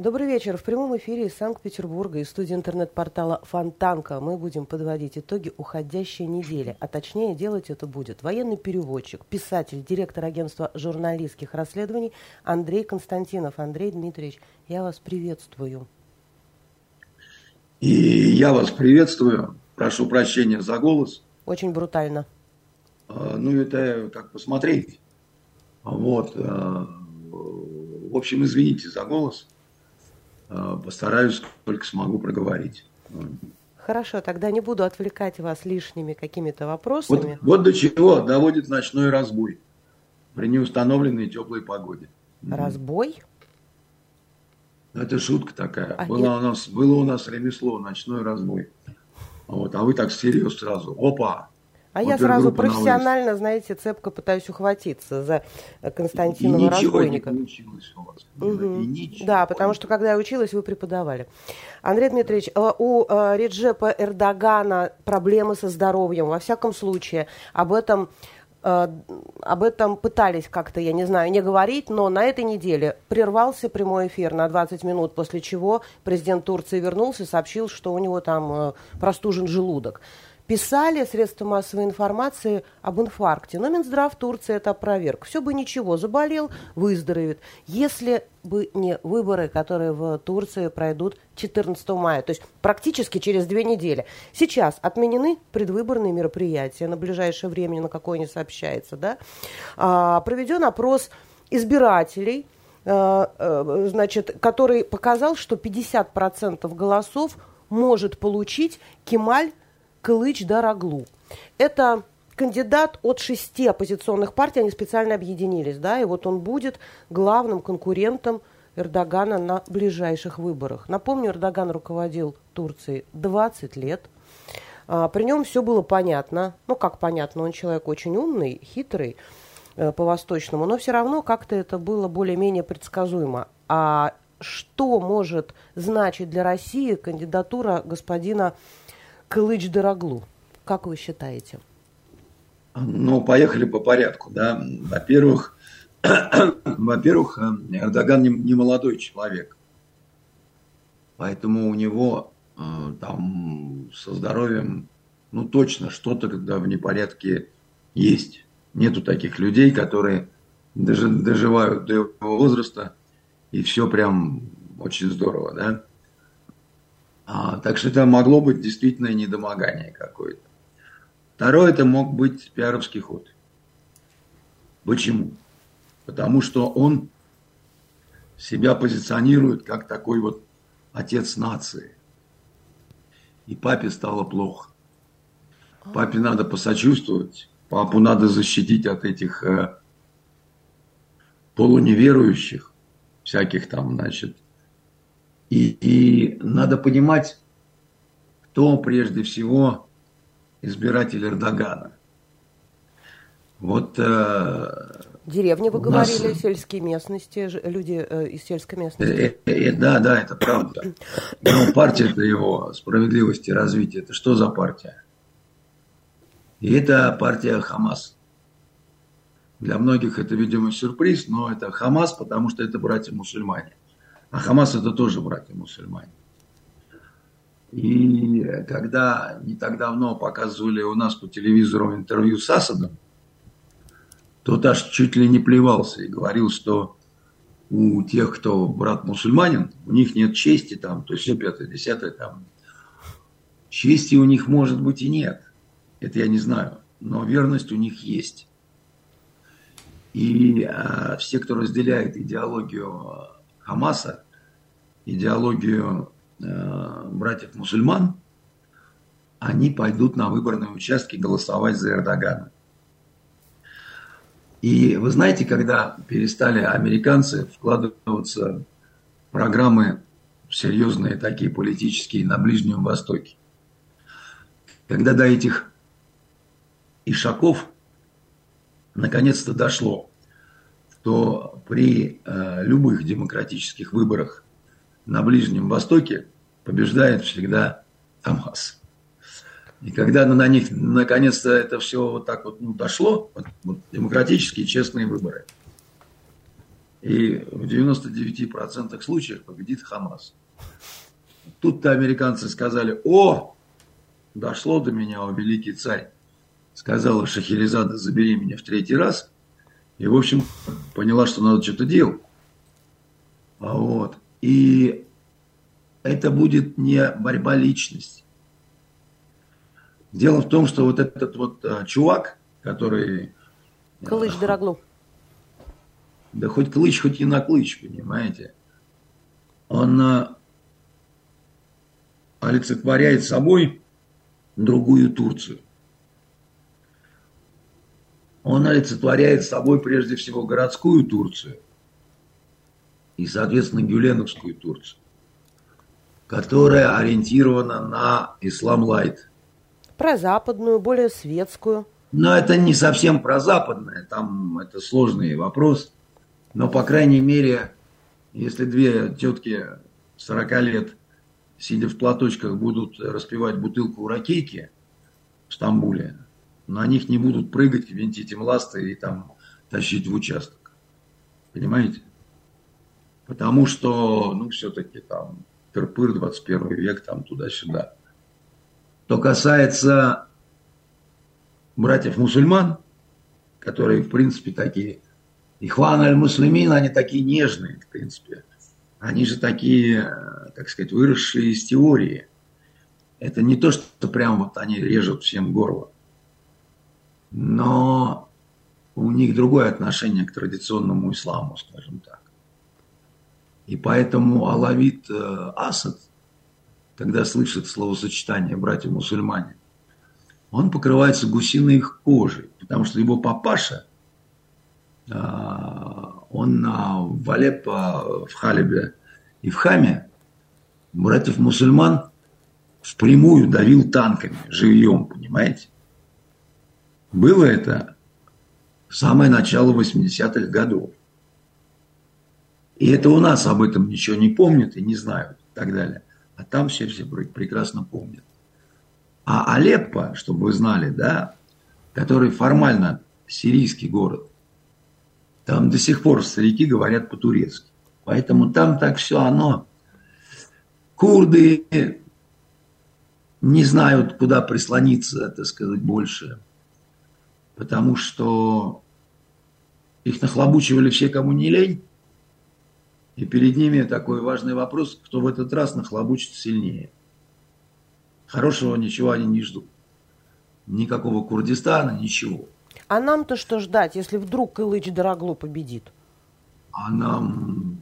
Добрый вечер. В прямом эфире из Санкт-Петербурга, из студии интернет-портала Фонтанка мы будем подводить итоги уходящей недели. А точнее, делать это будет военный переводчик, писатель, директор агентства журналистских расследований Андрей Константинов. Андрей Дмитриевич, я вас приветствую. И я вас приветствую. Прошу прощения за голос. Очень брутально. Ну, это как посмотреть. Вот. В общем, извините за голос. Постараюсь, сколько смогу проговорить. Хорошо, тогда не буду отвлекать вас лишними какими-то вопросами. Вот до чего доводит ночной разбой при неустановленной теплой погоде. Разбой? Это шутка такая. Было у нас ремесло, ночной разбой. Вот, а вы так всерьез сразу. Опа! А я сразу профессионально, знаете, цепко пытаюсь ухватиться за Константинова разбойника. Не получилось у вас. Да, потому что когда я училась, вы преподавали. Андрей Дмитриевич, у Реджепа Эрдогана проблемы со здоровьем. Во всяком случае, об этом пытались как-то, я не знаю, не говорить, но на этой неделе прервался прямой эфир на 20 минут, после чего президент Турции вернулся и сообщил, что у него там простужен желудок. Писали средства массовой информации об инфаркте, но Минздрав Турции это опроверг. Все бы ничего, заболел, выздоровеет. Если бы не выборы, которые в Турции пройдут 14 мая, то есть практически через 2 недели. Сейчас отменены предвыборные мероприятия на ближайшее время, на какое не сообщается. Да? Проведен опрос избирателей, значит, который показал, что 50% голосов может получить Кемаль Кылыч-Дароглу. Это кандидат от 6 оппозиционных партий, они специально объединились, да, и вот он будет главным конкурентом Эрдогана на ближайших выборах. Напомню, Эрдоган руководил Турцией 20 лет. При нем все было понятно. Ну, как понятно, он человек очень умный, хитрый по-восточному, но все равно как-то это было более-менее предсказуемо. А что может значить для России кандидатура господина Кылыч-Дароглу? Как вы считаете? Ну, поехали по порядку, да. Во-первых, Эрдоган не молодой человек. Поэтому у него там со здоровьем, ну, точно что-то, когда в непорядке есть. Нету таких людей, которые доживают до его возраста, и все прям очень здорово, да. Так что это могло быть действительно недомогание какое-то. Второе, это мог быть пиаровский ход. Почему? Потому что он себя позиционирует как такой вот отец нации. И папе стало плохо. Папе надо посочувствовать, папу надо защитить от этих полуневерующих, всяких там, значит. И надо понимать, кто прежде всего избиратель Эрдогана. Вот деревни, вы говорили, сельские местности, люди из сельской местности. Да, это правда. Но партия-то его «Справедливости и развития» — это что за партия? И это партия Хамас. Для многих это, видимо, сюрприз, но это Хамас, потому что это братья-мусульмане. А Хамас — это тоже братья-мусульмане. И когда не так давно показывали у нас по телевизору интервью с Асадом, тот аж чуть ли не плевался и говорил, что у тех, кто брат-мусульманин, у них нет чести там, то есть все 5-10 там. Чести у них, может быть, и нет. Это я не знаю. Но верность у них есть. И все, кто разделяет идеологию Хамаса, идеологию братьев-мусульман, они пойдут на выборные участки голосовать за Эрдогана. И вы знаете, когда перестали американцы вкладываться в программы серьезные такие политические на Ближнем Востоке, когда до этих ишаков наконец-то дошло, что при любых демократических выборах на Ближнем Востоке побеждает всегда Хамас. И когда на них наконец-то это все вот так вот дошло, вот демократические честные выборы, И в 99% случаев победит Хамас. Тут-то американцы сказали: о, дошло до меня, о великий царь. Сказала Шахерезада: забери меня в 3-й раз. И, в общем, поняла, что надо что-то делать. Вот. И это будет не борьба личности. Дело в том, что вот этот вот чувак, который... Кылыч Дароглу. Да хоть клыч, хоть и на клыч, понимаете. Он олицетворяет собой другую Турцию. Он олицетворяет собой прежде всего городскую Турцию и, соответственно, гюленовскую Турцию, которая ориентирована на ислам-лайт. Прозападную, более светскую. Но это не совсем прозападное, там это сложный вопрос. Но, по крайней мере, если две тетки 40 лет, сидя в платочках, будут распивать бутылку ракейки в Стамбуле, на них не будут прыгать, винтить им ласты и там тащить в участок. Понимаете? Потому что, ну, все-таки там тыр-пыр, 21 век, там туда-сюда. Что касается братьев-мусульман, которые, в принципе, такие, ихван аль-муслимин, они такие нежные, в принципе. Они же такие, так сказать, выросшие из теории. Это не то, что прям вот они режут всем горло. Но у них другое отношение к традиционному исламу, скажем так. И поэтому алавит Асад, когда слышит словосочетание «братья-мусульмане», он покрывается гусиной кожей, потому что его папаша, он в Алеппо, в Халебе и в Хаме братьев-мусульман впрямую давил танками, живьем, понимаете? Было это в самое начало 80-х годов. И это у нас об этом ничего не помнят и не знают и так далее. А там все прекрасно помнят. А Алеппо, чтобы вы знали, да, который формально сирийский город, там до сих пор старики говорят по-турецки. Поэтому там так все оно. Курды не знают, куда прислониться, так сказать, больше. Потому что их нахлобучивали все, кому не лень. И перед ними такой важный вопрос, кто в этот раз нахлобучит сильнее. Хорошего ничего они не ждут. Никакого Курдистана, ничего. А нам-то что ждать, если вдруг Кылыч Дароглу победит? А нам,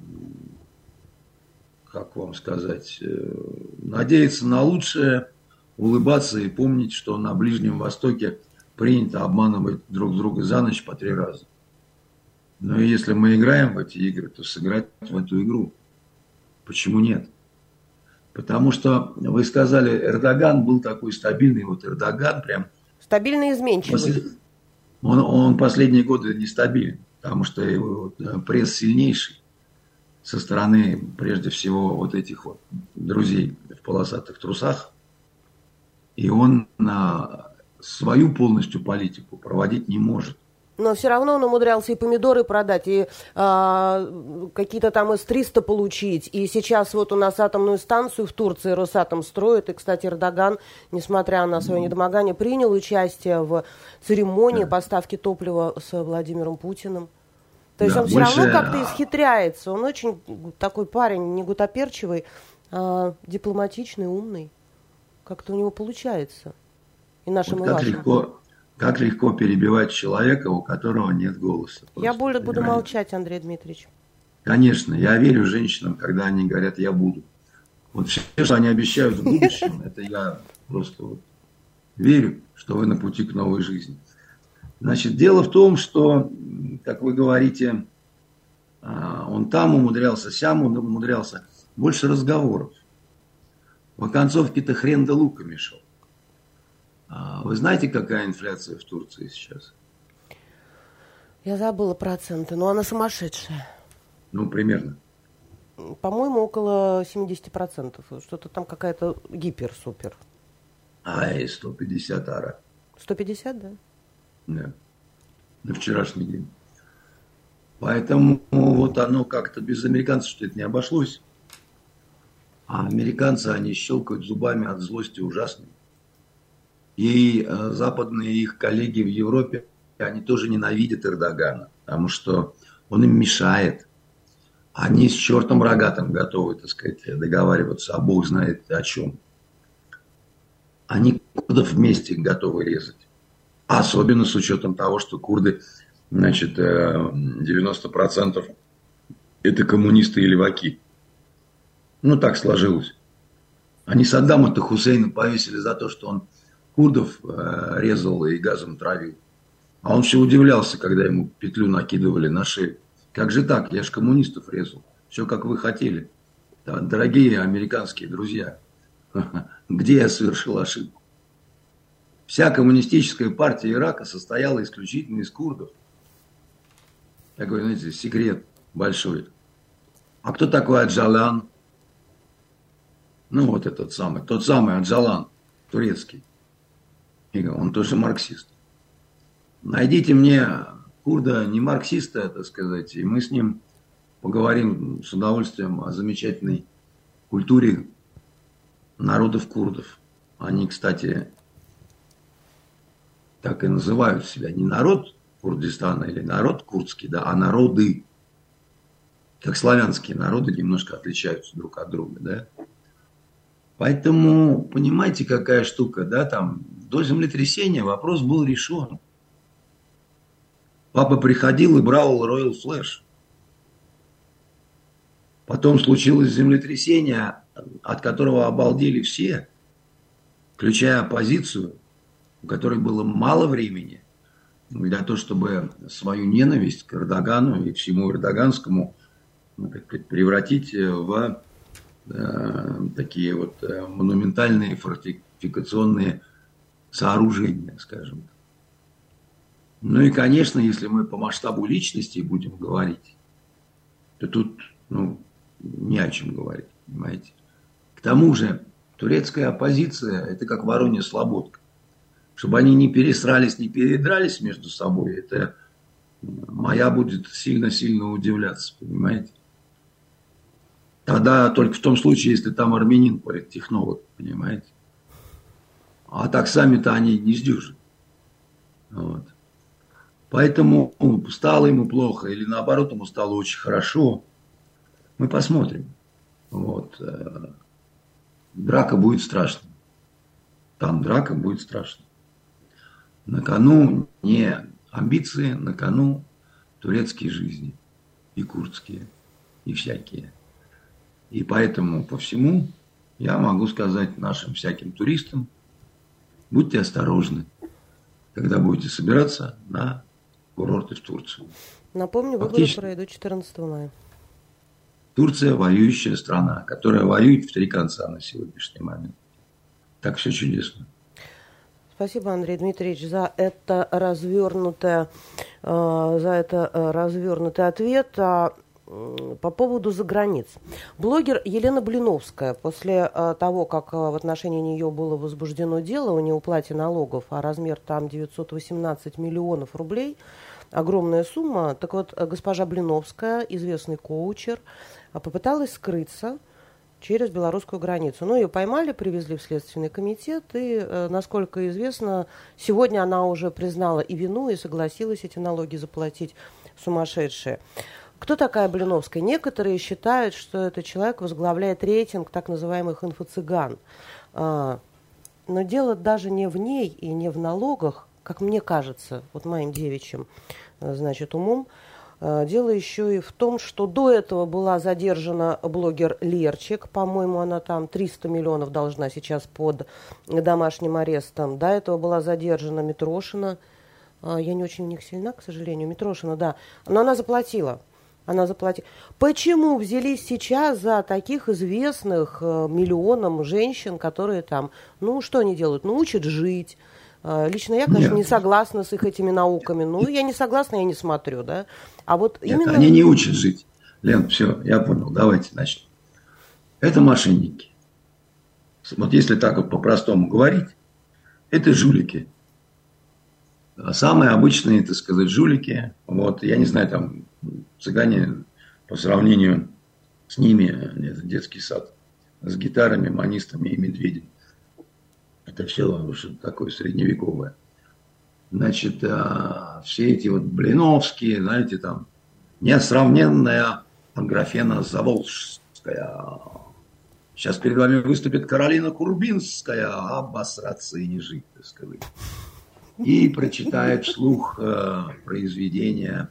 как вам сказать, надеяться на лучшее, улыбаться и помнить, что на Ближнем Востоке принято обманывать друг друга за ночь по 3 раза. Но если мы играем в эти игры, то сыграть в эту игру. Почему нет? Потому что, вы сказали, Эрдоган был такой стабильный. Вот Эрдоган прям... Стабильный и изменчивый. Он последние годы нестабилен, потому что его пресс сильнейший со стороны, прежде всего, вот этих вот друзей в полосатых трусах. И он свою полностью политику проводить не может. Но все равно он умудрялся и помидоры продать, и какие-то там С-300 получить. И сейчас вот у нас атомную станцию в Турции Росатом строит. И, кстати, Эрдоган, несмотря на свое недомогание, принял участие в церемонии поставки топлива с Владимиром Путиным. То есть он все равно как-то исхитряется. Он очень такой парень, не гутоперчивый, а дипломатичный, умный. Как-то у него получается. И нашим, вот и вашим. Как легко перебивать человека, у которого нет голоса. Я буду молчать, Андрей Дмитриевич. Конечно, я верю женщинам, когда они говорят «я буду». Вот все, что они обещают в будущем, это я просто вот верю, что вы на пути к новой жизни. Значит, дело в том, что, как вы говорите, он там умудрялся, сям умудрялся. Больше разговоров. В оконцовке-то хрен да луками шел. Вы знаете, какая инфляция в Турции сейчас? Я забыла проценты, но она сумасшедшая. Ну, примерно. По-моему, около 70%. Что-то там какая-то гипер-супер. Ай, 150 ара. 150, да? Да. На вчерашний день. Поэтому вот оно как-то без американцев что-то не обошлось. А американцы, они щелкают зубами от злости ужасно. И западные их коллеги в Европе, они тоже ненавидят Эрдогана, потому что он им мешает. Они с чертом рогатым готовы, так сказать, договариваться, а Бог знает о чем. Они курдов вместе готовы резать. Особенно с учетом того, что курды, значит, 90% это коммунисты и леваки. Ну, так сложилось. Они Саддама-то Хусейна повесили за то, что он курдов резал и газом травил. А он все удивлялся, когда ему петлю накидывали на шею. Как же так? Я же коммунистов резал. Все, как вы хотели. Да, дорогие американские друзья, где я совершил ошибку? Вся коммунистическая партия Ирака состояла исключительно из курдов. Такой, знаете, секрет большой. А кто такой Аджалан? Ну, вот этот самый, тот самый Аджалан, турецкий. Он тоже марксист. Найдите мне курда, не марксиста, так сказать, и мы с ним поговорим с удовольствием о замечательной культуре народов курдов. Они, кстати, так и называют себя. Не народ Курдистана или народ курдский, да, а народы. Как славянские народы немножко отличаются друг от друга, да. Поэтому, понимаете, какая штука, да, там до землетрясения вопрос был решен. Папа приходил и брал Royal Flash. Потом случилось землетрясение, от которого обалдели все, включая оппозицию, у которой было мало времени для того, чтобы свою ненависть к Эрдогану и всему эрдоганскому, ну, так сказать, превратить в такие вот монументальные фортификационные сооружения, скажем. Ну и, конечно, если мы по масштабу личности будем говорить, то тут, ну, не о чем говорить, понимаете. К тому же, турецкая оппозиция – это как Воронья Слободка. Чтобы они не пересрались, не передрались между собой, это моя будет сильно-сильно удивляться, понимаете. Тогда только в том случае, если там армянин политтехнолог, понимаете. А так сами-то они не сдюжат. Вот. Поэтому стало ему плохо или наоборот ему стало очень хорошо. Мы посмотрим. Вот. Драка будет страшной. Там драка будет страшной. На кону не амбиции, на кону турецкие жизни. И курдские, и всякие. И поэтому по всему я могу сказать нашим всяким туристам, будьте осторожны, когда будете собираться на курорты в Турцию. Напомню, выборы пройдут 14 мая. Турция воюющая страна, которая воюет в три конца на сегодняшний момент. Так все чудесно. Спасибо, Андрей Дмитриевич, за это развернутый ответ. По поводу заграниц. Блогер Елена Блиновская, после того, как в отношении нее было возбуждено дело о неуплате налогов, а размер там 918 миллионов рублей, огромная сумма, так вот, госпожа Блиновская, известный коучер, попыталась скрыться через белорусскую границу. Ну, ее поймали, привезли в Следственный комитет, и, насколько известно, сегодня она уже признала и вину, и согласилась эти налоги заплатить, сумасшедшие. Кто такая Блиновская? Некоторые считают, что этот человек возглавляет рейтинг так называемых инфо-цыган. Но дело даже не в ней и не в налогах, как мне кажется, вот моим девичьим, значит, умом. Дело еще и в том, что до этого была задержана блогер Лерчик, по-моему, она там 300 миллионов должна сейчас под домашним арестом. До этого была задержана Митрошина. Я не очень в них сильна, к сожалению. Митрошина, да. Но она заплатила. Почему взялись сейчас за таких известных миллионам женщин, которые там, ну, что они делают? Ну, учат жить. Лично я, конечно, не согласна с их этими науками. Ну, я не согласна, я не смотрю, да. А вот именно... Они не учат жить. Лен, все, я понял, давайте начнем. Это мошенники. Вот если так вот по-простому говорить, это жулики. Самые обычные, так сказать, жулики. Вот, я не знаю, там, цыгане по сравнению с ними, это детский сад, с гитарами, манистами и медведями. Это все что-то такое средневековое. Значит, все эти вот Блиновские, знаете, там, несравненная Аграфена Заволжская. Сейчас перед вами выступит Каролина Курбинская, обосраться и не жить, так сказать. И прочитает вслух произведения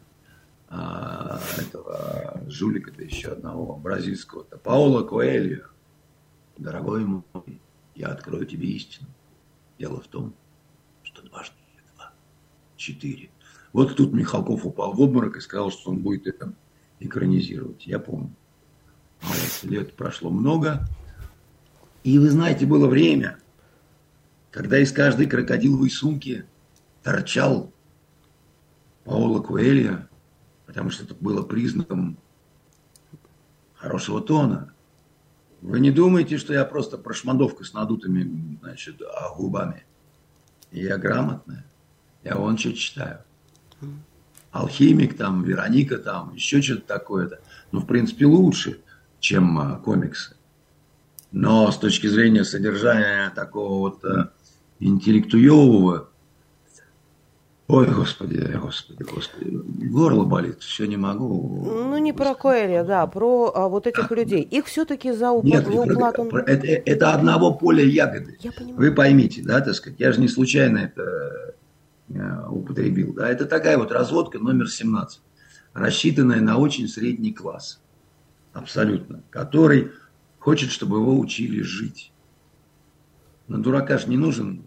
этого жулика-то еще одного, бразильского-то, Паоло Коэльо. Дорогой мой, я открою тебе истину. Дело в том, что дважды два, 4. Вот тут Михалков упал в обморок и сказал, что он будет это экранизировать. Я помню. Лет прошло много. И вы знаете, было время, когда из каждой крокодиловой сумки торчал Паоло Коэльо, потому что это было признаком хорошего тона. Вы не думаете, что я просто прошмандовка с надутыми, значит, губами? Я грамотная. Я вон что читаю. Алхимик там, Вероника там, еще что-то такое-то. Ну, в принципе, лучше, чем комиксы. Но с точки зрения содержания такого вот интеллектуевого, ой, господи, горло болит, все не могу. Ну, не про Коэльо, да, про вот этих людей. Их все-таки за неуплату... Это одного поля ягоды. Я понимаю. Вы поймите, да, так сказать, я же не случайно это употребил. Да, это такая вот разводка номер 17, рассчитанная на очень средний класс, абсолютно, который хочет, чтобы его учили жить. Но дурака же не нужен.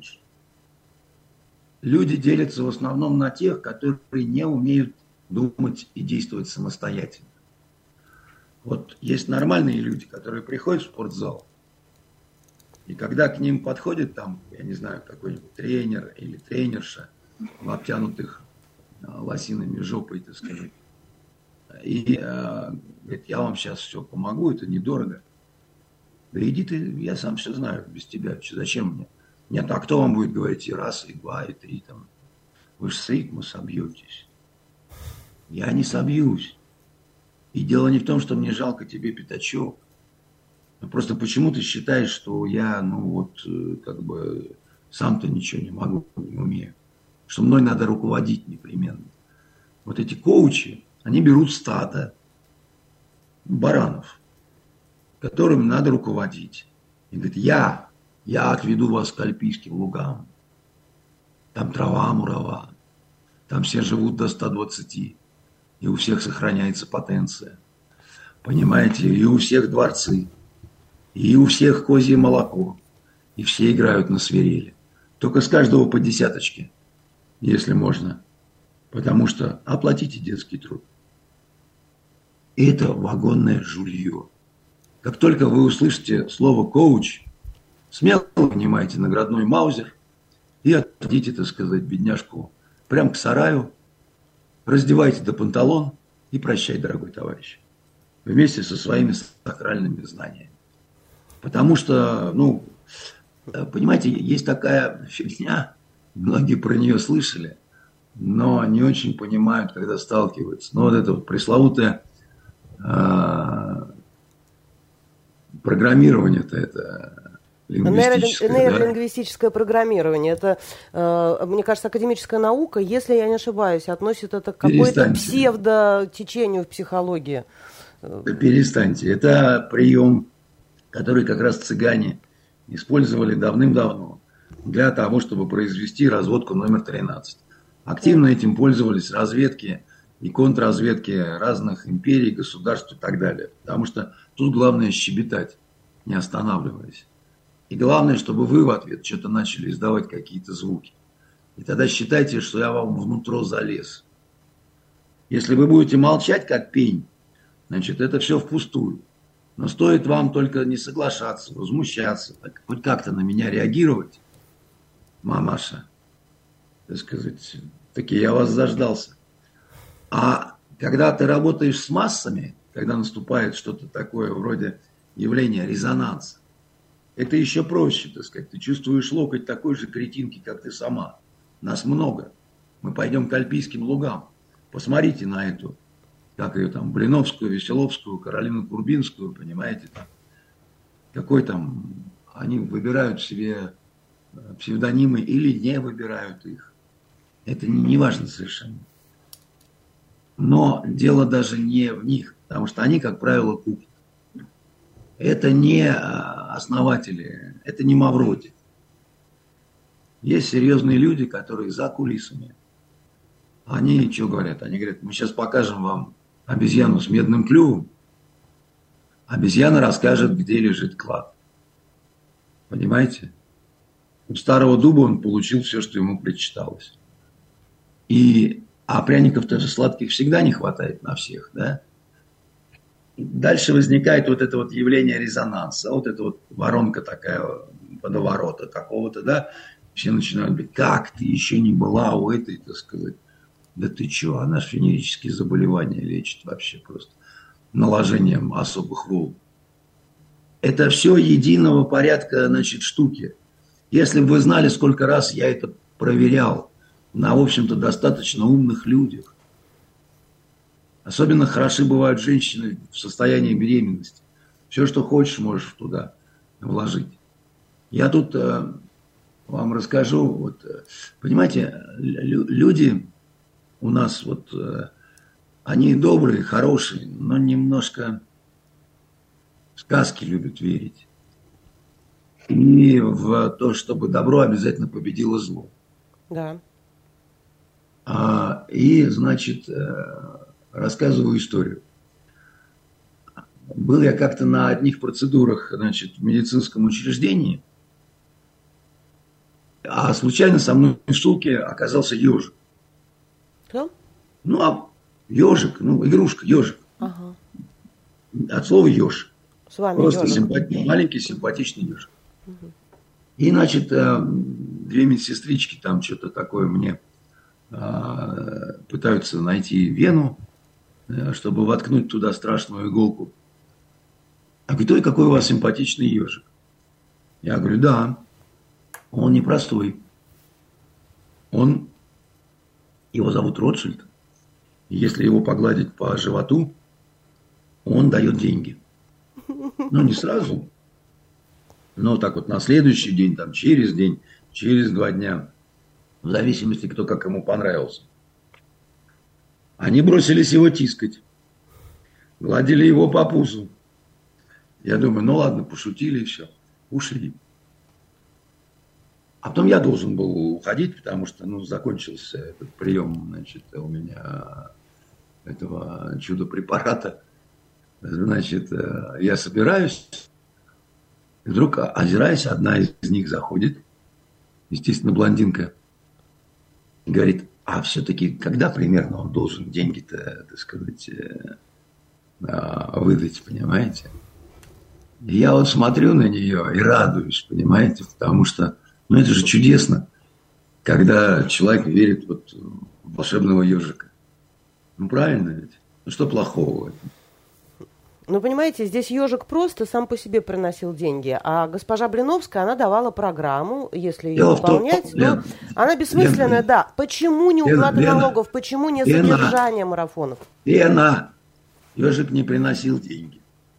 Люди делятся в основном на тех, которые не умеют думать и действовать самостоятельно. Вот есть нормальные люди, которые приходят в спортзал, и когда к ним подходит там, я не знаю, какой-нибудь тренер или тренерша в обтянутых лосиными жопой, так сказать, и говорит, я вам сейчас все помогу, это недорого. Да иди ты, я сам все знаю без тебя, зачем мне? Нет, а кто вам будет говорить и раз, и два, и три там? Вы же с ритма собьетесь. Я не собьюсь. И дело не в том, что мне жалко тебе пятачок. Но просто почему ты считаешь, что я, ну вот, как бы, сам-то ничего не могу, не умею. Что мной надо руководить непременно. Вот эти коучи, они берут стадо баранов, которым надо руководить. И говорят, я отведу вас к альпийским лугам. Там трава мурава. Там все живут до 120. И у всех сохраняется потенция. Понимаете? И у всех дворцы. И у всех козье молоко. И все играют на свирели. Только с каждого по десяточке, если можно. Потому что оплатите детский труд. Это вагонное жулье. Как только вы услышите слово «коуч», смело вынимайте наградной маузер и отведите, так сказать, бедняжку прямо к сараю, раздевайте до панталон и прощай, дорогой товарищ, вместе со своими сакральными знаниями. Потому что, ну, понимаете, есть такая фигня, многие про нее слышали, но не очень понимают, когда сталкиваются. Ну, вот это вот пресловутое программирование-то это... Нейролингвистическое программирование. Это, мне кажется, академическая наука, если я не ошибаюсь, относит это к какой-то псевдотечению в психологии. Перестаньте. Это прием, который как раз цыгане использовали давным-давно для того, чтобы произвести разводку номер 13. Активно этим пользовались разведки и контрразведки разных империй, государств и так далее. Потому что тут главное щебетать, не останавливаясь. И главное, чтобы вы в ответ что-то начали издавать какие-то звуки. И тогда считайте, что я вам внутрь залез. Если вы будете молчать, как пень, значит, это все впустую. Но стоит вам только не соглашаться, возмущаться, так, хоть как-то на меня реагировать, мамаша, так сказать, таки я вас заждался. А когда ты работаешь с массами, когда наступает что-то такое вроде явления резонанса, это еще проще, так сказать. Ты чувствуешь локоть такой же кретинки, как ты сама. Нас много. Мы пойдем к альпийским лугам. Посмотрите на эту как ее там, Блиновскую, Веселовскую, Каролину Курбинскую, понимаете, там, какой там, они выбирают себе псевдонимы или не выбирают их. Это не важно совершенно. Но дело даже не в них, потому что они, как правило, купят. Это не основатели, это не Мавроди. Есть серьезные люди, которые за кулисами. Они что говорят? Они говорят, мы сейчас покажем вам обезьяну с медным клювом. Обезьяна расскажет, где лежит клад. Понимаете? У старого дуба он получил все, что ему причиталось. А пряников-то же сладких всегда не хватает на всех, да? Дальше возникает вот это вот явление резонанса, вот эта вот воронка такая, водоворота какого-то, да? Все начинают говорить, как ты еще не была у этой, так сказать. Да ты что, она же венерические заболевания лечит вообще просто наложением особых волн. Это все единого порядка, значит, штуки. Если бы вы знали, сколько раз я это проверял на, в общем-то, достаточно умных людях. Особенно хороши бывают женщины в состоянии беременности. Все, что хочешь, можешь туда вложить. Я тут вам расскажу. Вот, понимаете, люди у нас вот, они добрые, хорошие, но немножко в сказки любят верить. И в то, чтобы добро обязательно победило зло. Да. И, значит, рассказываю историю. Был я как-то на одних процедурах, значит, в медицинском учреждении, а случайно со мной в шутке оказался ежик. Кто? Ежик, игрушка, ежик. Ага. От слова еж. С вами просто ежик. Маленький симпатичный ежик. Угу. И, значит, две медсестрички там что-то такое мне пытаются найти вену, чтобы воткнуть туда страшную иголку. А говорит, ой, какой у вас симпатичный ежик. Я говорю, да, он непростой. Его зовут Ротшильд. И если его погладить по животу, он дает деньги. Не сразу, но так вот на следующий день, там, через день, через 2 дня, в зависимости, кто как ему понравился. Они бросились его тискать, гладили его по пузу. Я думаю, ладно, пошутили и все, ушли. А потом я должен был уходить, потому что, закончился этот прием, значит, у меня этого чудо-препарата. Значит, я собираюсь, и вдруг, озираясь, одна из них заходит, естественно, блондинка, и говорит, а все-таки когда примерно он должен деньги-то, так сказать, выдать, понимаете? И я вот смотрю на нее и радуюсь, понимаете, потому что, это же чудесно, когда человек верит вот в волшебного ежика. Правильно ведь? Что плохого в этом? Понимаете, здесь ежик просто сам по себе приносил деньги, а госпожа Блиновская, она давала программу, если ее выполнять, то она бессмысленная, да. Почему не уплата налогов, почему не содержание марафонов? Ежик не приносил деньги.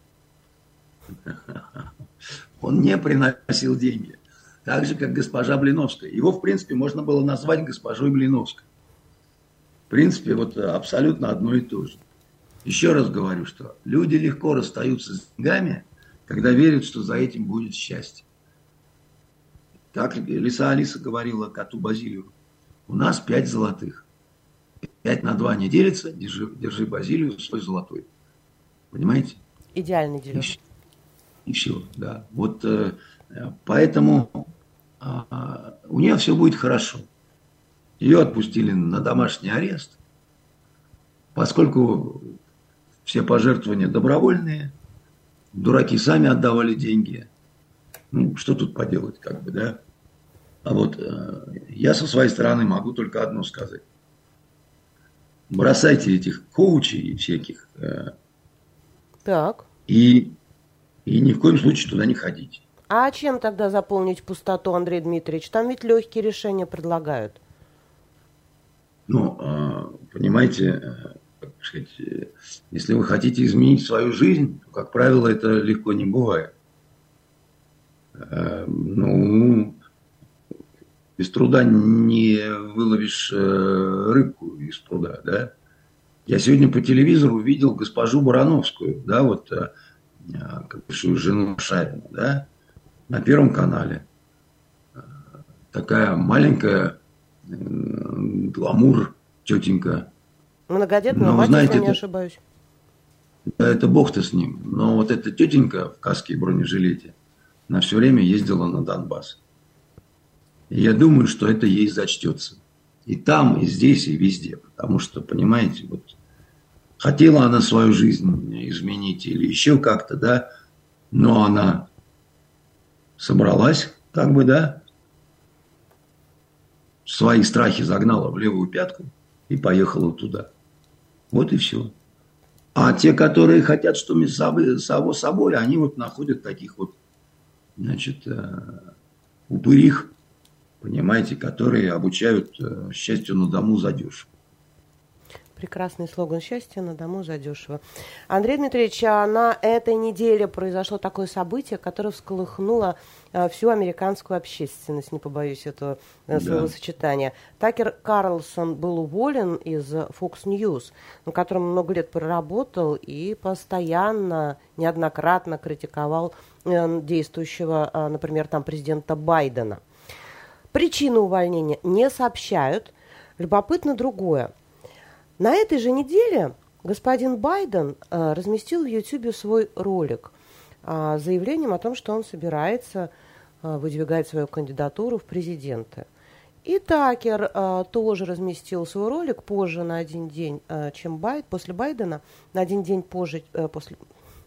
Он не приносил деньги. Так же, как госпожа Блиновская. Его, в принципе, можно было назвать госпожой Блиновской. В принципе, вот абсолютно одно и то же. Еще раз говорю, что люди легко расстаются с деньгами, когда верят, что за этим будет счастье. Так Лиса Алиса говорила коту Базилию. У нас 5 золотых. 5 на 2 не делится, держи Базилию свой золотой. Понимаете? Идеальный дележ. И все, да. Вот поэтому у нее все будет хорошо. Ее отпустили на домашний арест, поскольку все пожертвования добровольные, дураки сами отдавали деньги. Что тут поделать, да? А вот я со своей стороны могу только одно сказать. Бросайте этих коучей всяких. Так. И ни в коем случае туда не ходите. А чем тогда заполнить пустоту, Андрей Дмитриевич? Там ведь легкие решения предлагают. Понимаете, сказать, если вы хотите изменить свою жизнь, то, как правило, это легко не бывает. Ну, без труда не выловишь рыбку из пруда, да? Я сегодня по телевизору увидел госпожу Барановскую, да, вот бывшую жену Шарина, да, на Первом канале. Такая маленькая, гламур тетенька. Многодетная мать, знаете, если не ошибаюсь. Да, это бог-то с ним. Но вот эта тетенька в каске и бронежилете, она все время ездила на Донбасс. И я думаю, что это ей зачтется. И там, и здесь, и везде. Потому что, понимаете, вот хотела она свою жизнь изменить или еще как-то, да, но она собралась, как бы, да, свои страхи загнала в левую пятку и поехала туда. Вот и все. А те, которые хотят, что мы само собой, они вот находят таких вот, значит, упырих, понимаете, которые обучают счастью на дому задешево. Прекрасный слоган «Счастье на дому задешево». Андрей Дмитриевич, на этой неделе произошло такое событие, которое всколыхнуло всю американскую общественность, не побоюсь этого словосочетания. Такер Карлсон был уволен из Fox News, на котором много лет проработал и постоянно, неоднократно критиковал действующего, например, там президента Байдена. Причину увольнения не сообщают. Любопытно другое. На этой же неделе господин Байден разместил в YouTube свой ролик с заявлением о том, что он собирается выдвигать свою кандидатуру в президенты. И Такер тоже разместил свой ролик позже на один день, чем после Байдена, на один день позже, после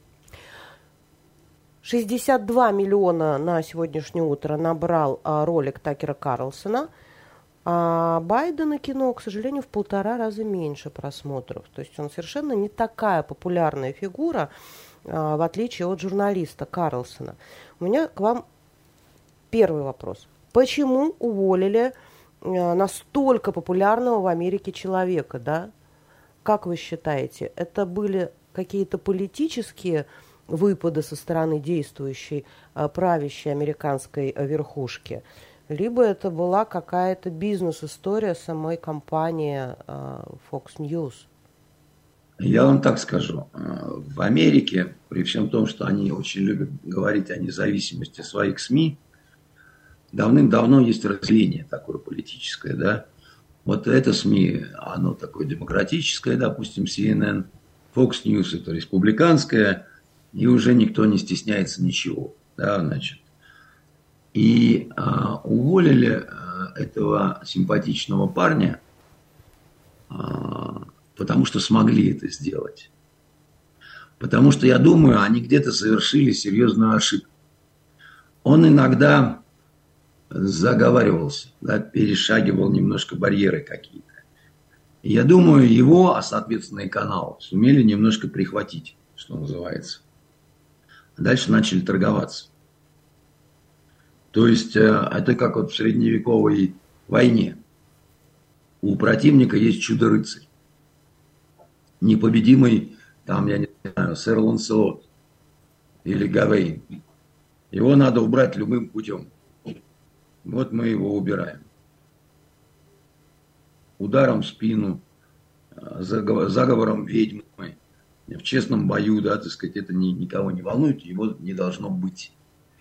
62 миллиона на сегодняшнее утро набрал ролик Такера Карлсона. А Байдена кино, к сожалению, в 1,5 раза меньше просмотров. То есть он совершенно не такая популярная фигура, в отличие от журналиста Карлсона. У меня к вам первый вопрос. Почему уволили настолько популярного в Америке человека, да? Как вы считаете, это были какие-то политические выпады со стороны действующей, правящей американской верхушки? Либо это была какая-то бизнес-история самой компании Fox News? Я вам так скажу. В Америке, при всем том, что они очень любят говорить о независимости своих СМИ, давным-давно есть разделение такое политическое, да. Вот это СМИ, оно такое демократическое, допустим, CNN, Fox News это республиканское, и уже никто не стесняется ничего, да, значит. И уволили этого симпатичного парня, потому что смогли это сделать. Потому что, я думаю, они где-то совершили серьезную ошибку. Он иногда заговаривался, да, перешагивал немножко барьеры какие-то. И я думаю, его, а соответственно и канал, сумели немножко прихватить, что называется. А дальше начали торговаться. То есть это как вот в средневековой войне. У противника есть чудо-рыцарь. Непобедимый, там, я не знаю, сэр Ланселот или Гавейн. Его надо убрать любым путем. Вот мы его убираем. Ударом в спину, заговором ведьмы, в честном бою, да, так сказать, это никого не волнует, его не должно быть.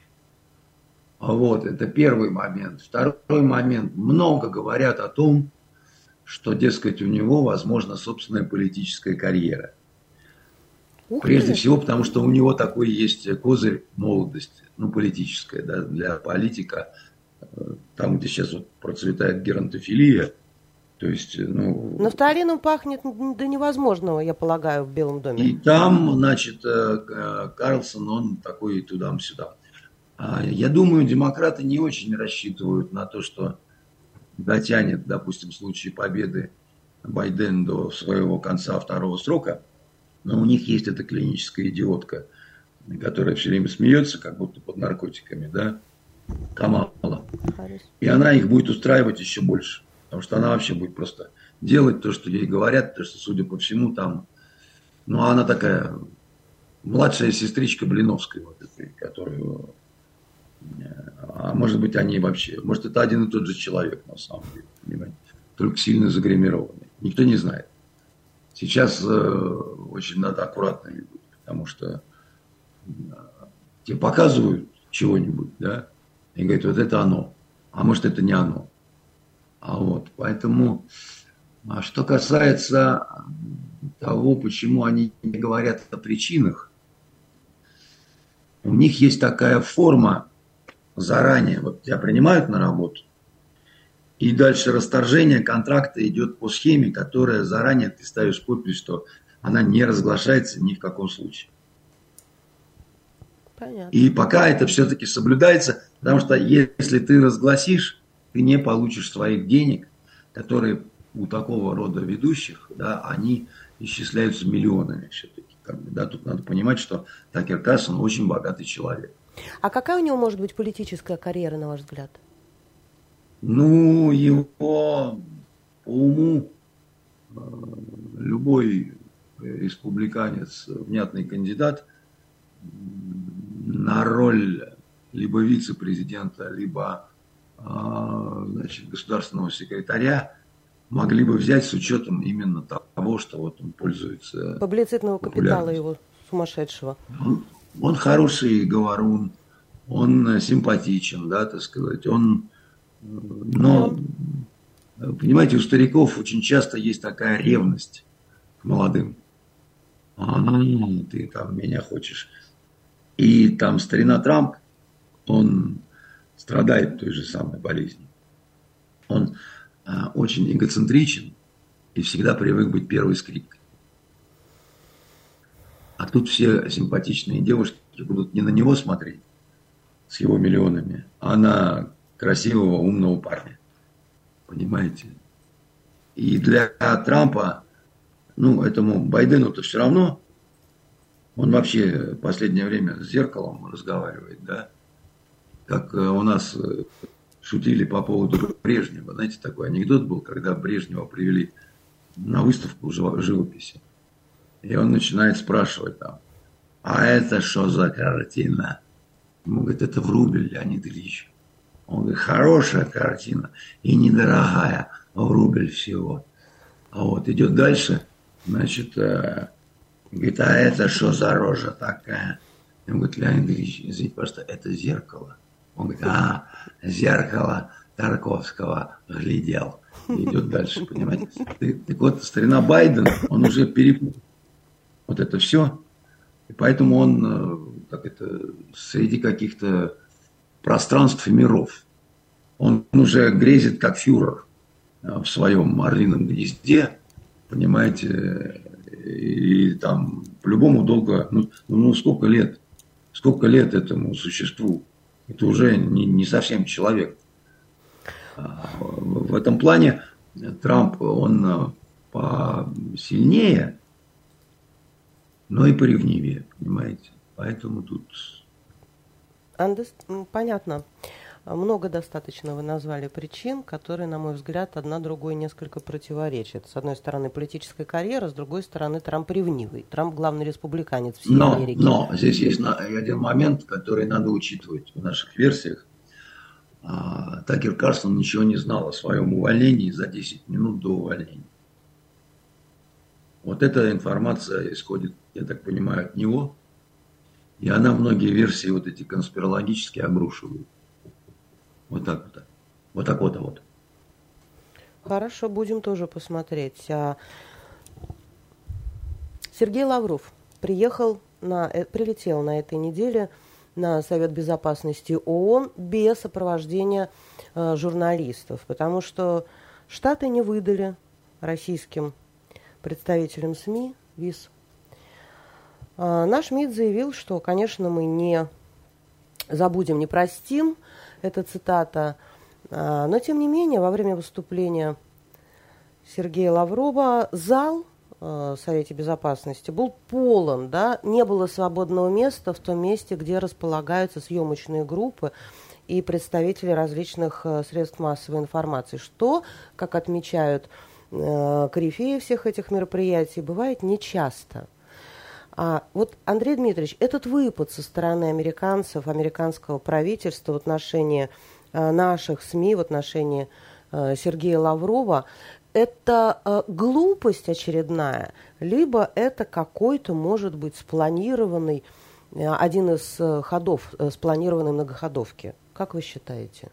Вот, это первый момент. Второй момент. Много говорят о том, что, дескать, у него, возможно, собственная политическая карьера. Прежде всего, потому что у него такой есть козырь молодости, ну, политическая, да, для политика, там, где сейчас вот процветает геронтофилия, то есть, ну... Нафталином пахнет до невозможного, я полагаю, в Белом доме. И там, значит, Карлсон, он такой туда-сюда. Я думаю, демократы не очень рассчитывают на то, что дотянет, допустим, в случае победы Байден до своего конца второго срока. Но у них есть эта клиническая идиотка, которая все время смеется, как будто под наркотиками, да, Камала. И она их будет устраивать еще больше, потому что она вообще будет просто делать то, что ей говорят, потому что, судя по всему, там, ну, она такая младшая сестричка Блиновской, вот этой, которую, а может быть, они вообще, может, это один и тот же человек, на самом деле, понимаете, только сильно загримированный. Никто не знает. Сейчас очень надо аккуратными быть, потому что тебе показывают чего-нибудь, да, и говорят, вот это оно, а может, это не оно. А вот, поэтому, что касается того, почему они не говорят о причинах, у них есть такая форма заранее, вот тебя принимают на работу, и дальше расторжение контракта идет по схеме, которая заранее ты ставишь подпись, что она не разглашается ни в каком случае. Понятно. И пока это все-таки соблюдается, потому что если ты разгласишь, ты не получишь своих денег, которые у такого рода ведущих, да, они исчисляются миллионами все-таки. Да, тут надо понимать, что Такер Карлсон очень богатый человек. А какая у него может быть политическая карьера, на ваш взгляд? Ну, его по уму любой республиканец, внятный кандидат на роль либо вице-президента, либо значит, государственного секретаря могли бы взять с учетом именно того, что вот он пользуется Публицитного капитала его сумасшедшего. Он хороший говорун, он симпатичен, да, так сказать, но, понимаете, у стариков очень часто есть такая ревность к молодым. Ты там меня хочешь. И там старина Трамп, он страдает той же самой болезнью. Он очень эгоцентричен и всегда привык быть первой скрипкой. А тут все симпатичные девушки будут не на него смотреть с его миллионами, а на красивого, умного парня. Понимаете? И для Трампа, ну, этому Байдену-то все равно, он вообще в последнее время с зеркалом разговаривает, да? Как у нас шутили по поводу Брежнева. Знаете, такой анекдот был, когда Брежнева привели на выставку живописи. И он начинает спрашивать там, а это что за картина? Ему говорит, это Врубель, Леонид Ильич. Он говорит, хорошая картина и недорогая, Врубель всего. А вот идет дальше, значит, говорит, а это что за рожа такая? Он говорит, Леонид Ильич, извините, просто это зеркало. Он говорит, зеркало Тарковского глядел. И идет дальше, понимаете? Так вот, старина Байден, он уже перепутал вот это все. И поэтому он, среди каких-то пространств и миров, он уже грезит как фюрер в своем орлином гнезде, понимаете, и там по-любому долго, сколько лет этому существу, это уже не совсем человек. В этом плане Трамп, он посильнее, но и поревнивее, понимаете, поэтому тут... Понятно. Много достаточно вы назвали причин, которые, на мой взгляд, одна другой несколько противоречат. С одной стороны, политическая карьера, с другой стороны, Трамп ревнивый. Трамп главный республиканец всей Америки. Но здесь есть один момент, который надо учитывать в наших версиях. Такер Карлсон ничего не знал о своем увольнении за 10 минут до увольнения. Вот эта информация исходит, я так понимаю, от него. И она многие версии вот эти конспирологические обрушивает. Вот так вот. Вот так вот. Хорошо, будем тоже посмотреть. Сергей Лавров прилетел на этой неделе на Совет Безопасности ООН без сопровождения журналистов, потому что Штаты не выдали российским представителям СМИ виз. Наш МИД заявил, что, конечно, мы не забудем, не простим. Это цитата. Но, тем не менее, во время выступления Сергея Лаврова зал в Совете Безопасности был полон, да, не было свободного места в том месте, где располагаются съемочные группы и представители различных средств массовой информации, что, как отмечают корифеи всех этих мероприятий бывает нечасто. А вот, Андрей Дмитриевич, этот выпад со стороны американцев, американского правительства в отношении наших СМИ, в отношении Сергея Лаврова, это глупость очередная, либо это какой-то, может быть, спланированный, один из ходов, спланированной многоходовки. Как вы считаете?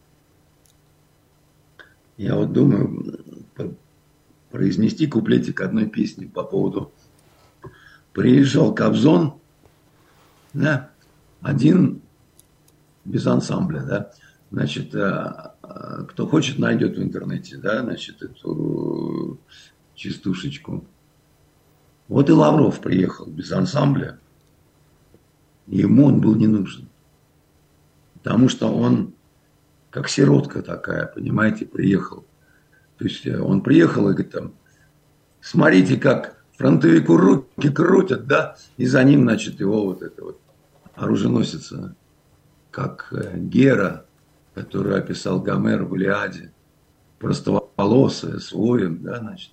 Я вот думаю произнести куплетик одной песни по поводу «Приезжал Кобзон», да, один без ансамбля, да, значит, кто хочет, найдет в интернете, да, значит, эту частушечку. Вот и Лавров приехал без ансамбля, и ему он был не нужен, потому что он как сиротка такая, понимаете, приехал. То есть он приехал и говорит там, смотрите, как фронтовику руки крутят, да, и за ним, значит, его вот это вот оруженосица, как Гера, которую описал Гомер в Илиаде, простоволосая, с воем, да, значит.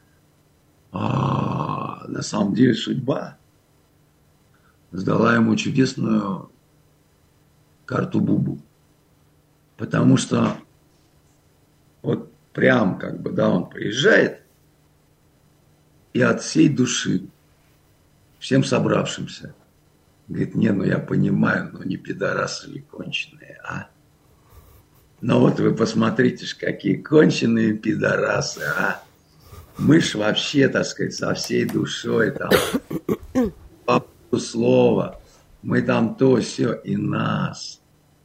А на самом деле судьба сдала ему чудесную карту Бубу. Потому что вот прям как бы, да, он приезжает и от всей души всем собравшимся говорит, не, ну я понимаю, но не пидорасы ли конченые, а? Но вот вы посмотрите ж, какие конченые пидорасы, а? Мы ж вообще, так сказать, со всей душой там, по слова, мы там то, все, и нас.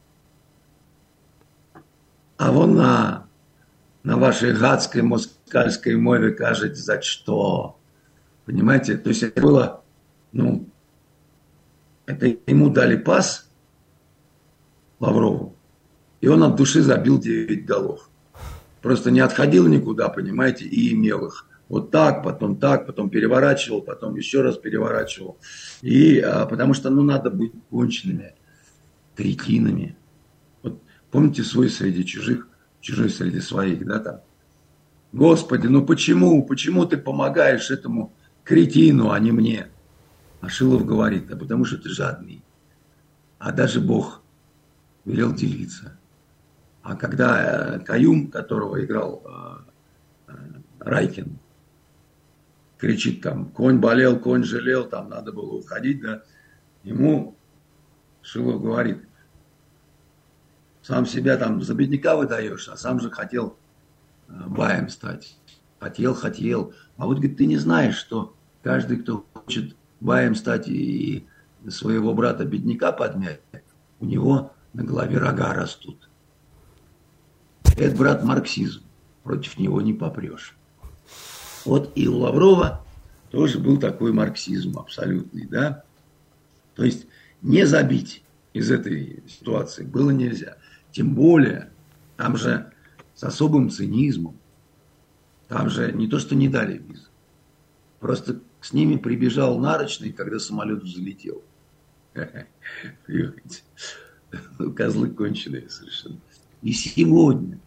А вона на вашей гадской москальской мове кажет, за что. Понимаете? То есть это было, ну, это ему дали пас, Лаврову, и он от души забил 9 голов. Просто не отходил никуда, понимаете, и имел их. Вот так, потом переворачивал, потом еще раз переворачивал. И потому что, ну, надо быть конченными кретинами. Вот помните свой среди чужих, чужой среди своих, да, там. Господи, ну почему ты помогаешь этому кретину, а не мне? А Шилов говорит, да потому что ты жадный. А даже Бог велел делиться. А когда Каюм, которого играл Райкин, кричит там, конь болел, конь жалел, там надо было уходить, да, ему Шилов говорит, сам себя там за бедняка выдаешь, а сам же хотел баем стать. Хотел. А вот, говорит, ты не знаешь, что каждый, кто хочет баем стать и своего брата бедняка подмять, у него на голове рога растут. Это, брат, марксизм. Против него не попрешь. Вот и у Лаврова тоже был такой марксизм абсолютный, да. То есть не забить из этой ситуации было нельзя. Тем более, там же с особым цинизмом, там же не то, что не дали визы, просто с ними прибежал нарочный, когда самолет взлетел. Понимаете? Козлы конченые совершенно. И сегодня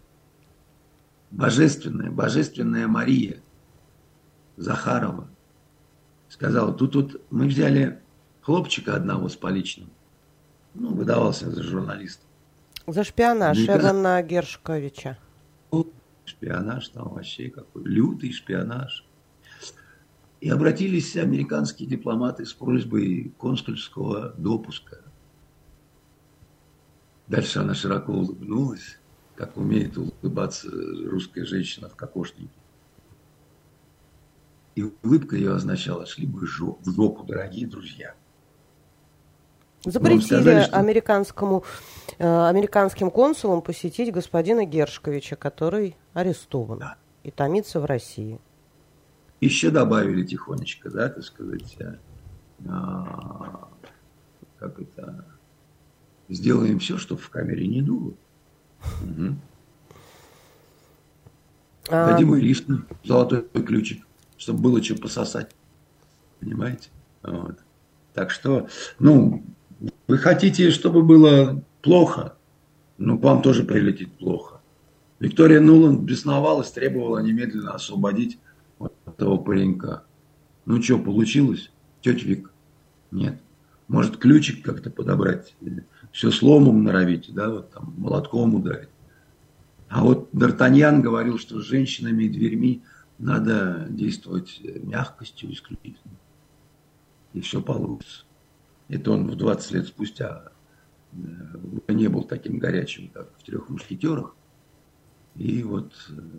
божественная Мария Захарова сказала, тут мы взяли хлопчика одного с поличным, ну, выдавался за журналиста. За шпионаж Эвана Гершковича. Шпионаж там вообще какой, лютый шпионаж. И обратились американские дипломаты с просьбой консульского допуска. Дальше она широко улыбнулась, как умеет улыбаться русская женщина в кокошнике. И улыбка ее означала, шли бы в жопу, дорогие друзья. Запретили сказали, что... американским консулам посетить господина Гершковича, который арестован, да, и томится в России. Еще добавили тихонечко, да, так сказать, как это, сделаем все, чтобы в камере не дуло. Угу. Дадим Иришке золотой ключик, чтобы было что пососать. Понимаете? Вот. Так что, ну, вы хотите, чтобы было плохо, ну, к вам тоже прилетит плохо. Виктория Нуланд бесновалась, требовала немедленно освободить вот этого паренька. Ну что, получилось? Тетя Вик? Нет. Может, ключик как-то подобрать? Все сломом норовить, да, вот там, молотком ударить. А вот Д'Артаньян говорил, что с женщинами и дверьми надо действовать мягкостью исключительно. И все получится. Это он в 20 лет спустя не был таким горячим, как в «Трех мушкетерах». И вот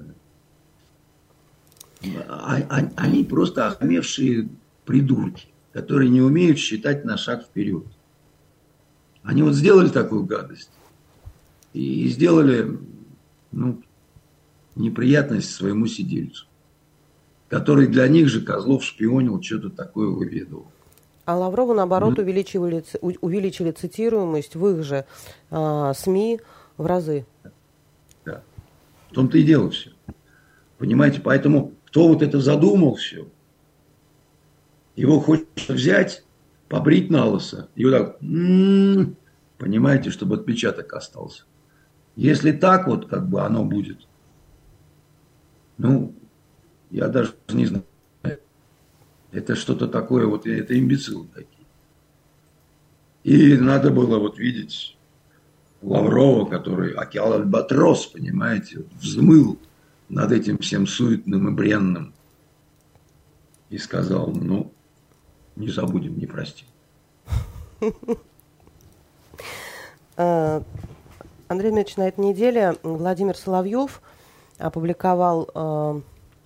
они просто охмевшие придурки, которые не умеют считать на шаг вперед. Они вот сделали такую гадость и сделали, ну, неприятность своему сидельцу, который для них же Козлов шпионил, что-то такое выведывал. А Лаврову, наоборот, увеличили цитируемость в их же СМИ в разы. Да. В том-то и дело все. Понимаете, поэтому кто вот это задумал все, его хочется взять, побрить на лысо, и вот так, понимаете, чтобы отпечаток остался. Если так вот как бы оно будет, ну, я даже не знаю. Это что-то такое, вот это имбецилы такие. И надо было вот видеть Лаврова, который океан Альбатрос, понимаете, вот, взмыл над этим всем суетным и бренным. И сказал, ну, не забудем, не простим. Андрей Дмитриевич, на этой неделе Владимир Соловьев опубликовал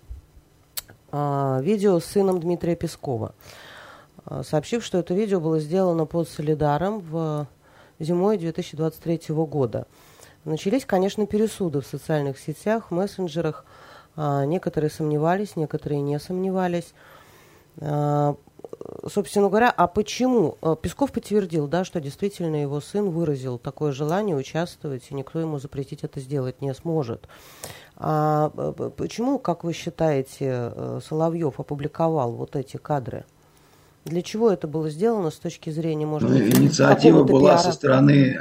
видео с сыном Дмитрия Пескова, сообщив, что это видео было сделано под Солидаром зимой 2023 года. Начались, конечно, пересуды в социальных сетях, в мессенджерах. Некоторые сомневались, некоторые не сомневались. Собственно говоря, а почему? Песков подтвердил, да, что действительно его сын выразил такое желание участвовать, и никто ему запретить это сделать не сможет. А почему, как вы считаете, Соловьев опубликовал вот эти кадры? Для чего это было сделано с точки зрения, может быть, инициатива была со стороны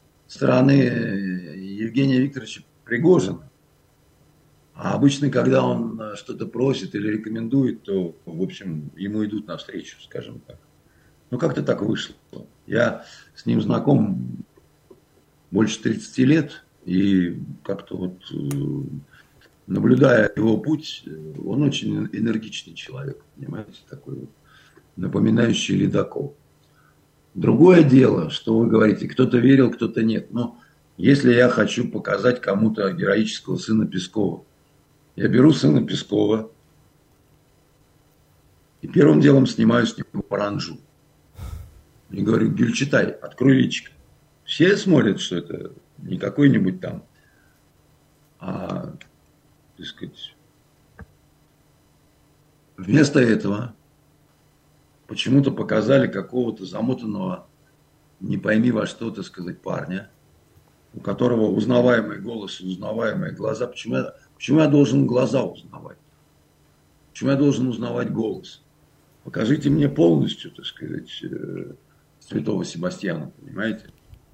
Евгения Викторовича Пригожина. А обычно, когда он что-то просит или рекомендует, то, в общем, ему идут навстречу, скажем так. Ну, как-то так вышло. Я с ним знаком больше 30 лет, и как-то вот, наблюдая его путь, он очень энергичный человек, понимаете, такой вот, напоминающий ледокол. Другое дело, что вы говорите, кто-то верил, кто-то нет. Но если я хочу показать кому-то героического сына Пескова, я беру сына Пескова и первым делом снимаю с него паранджу. И говорю, Гюльчатай, открой личико. Все смотрят, что это не какой-нибудь там, так сказать, вместо этого почему-то показали какого-то замотанного, не пойми во что, так сказать, парня, у которого узнаваемый голос и узнаваемые глаза. Почему я должен глаза узнавать? Почему я должен узнавать голос? Покажите мне полностью, так сказать, святого Себастьяна, понимаете?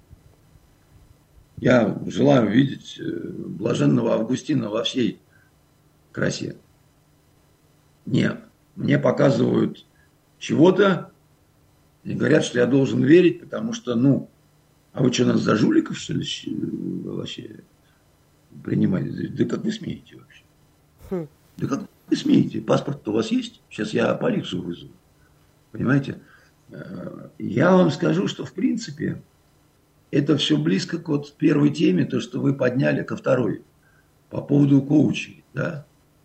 Я желаю видеть блаженного Августина во всей красе. Нет, мне показывают чего-то и говорят, что я должен верить, потому что, а вы что, нас за жуликов, что ли, вообще принимаете? Да как вы смеете вообще? Да как вы смеете? Паспорт-то у вас есть? Сейчас я полицию вызову. Понимаете? Я вам скажу, что в принципе это все близко к вот первой теме, то, что вы подняли, ко второй. По поводу коучей, да?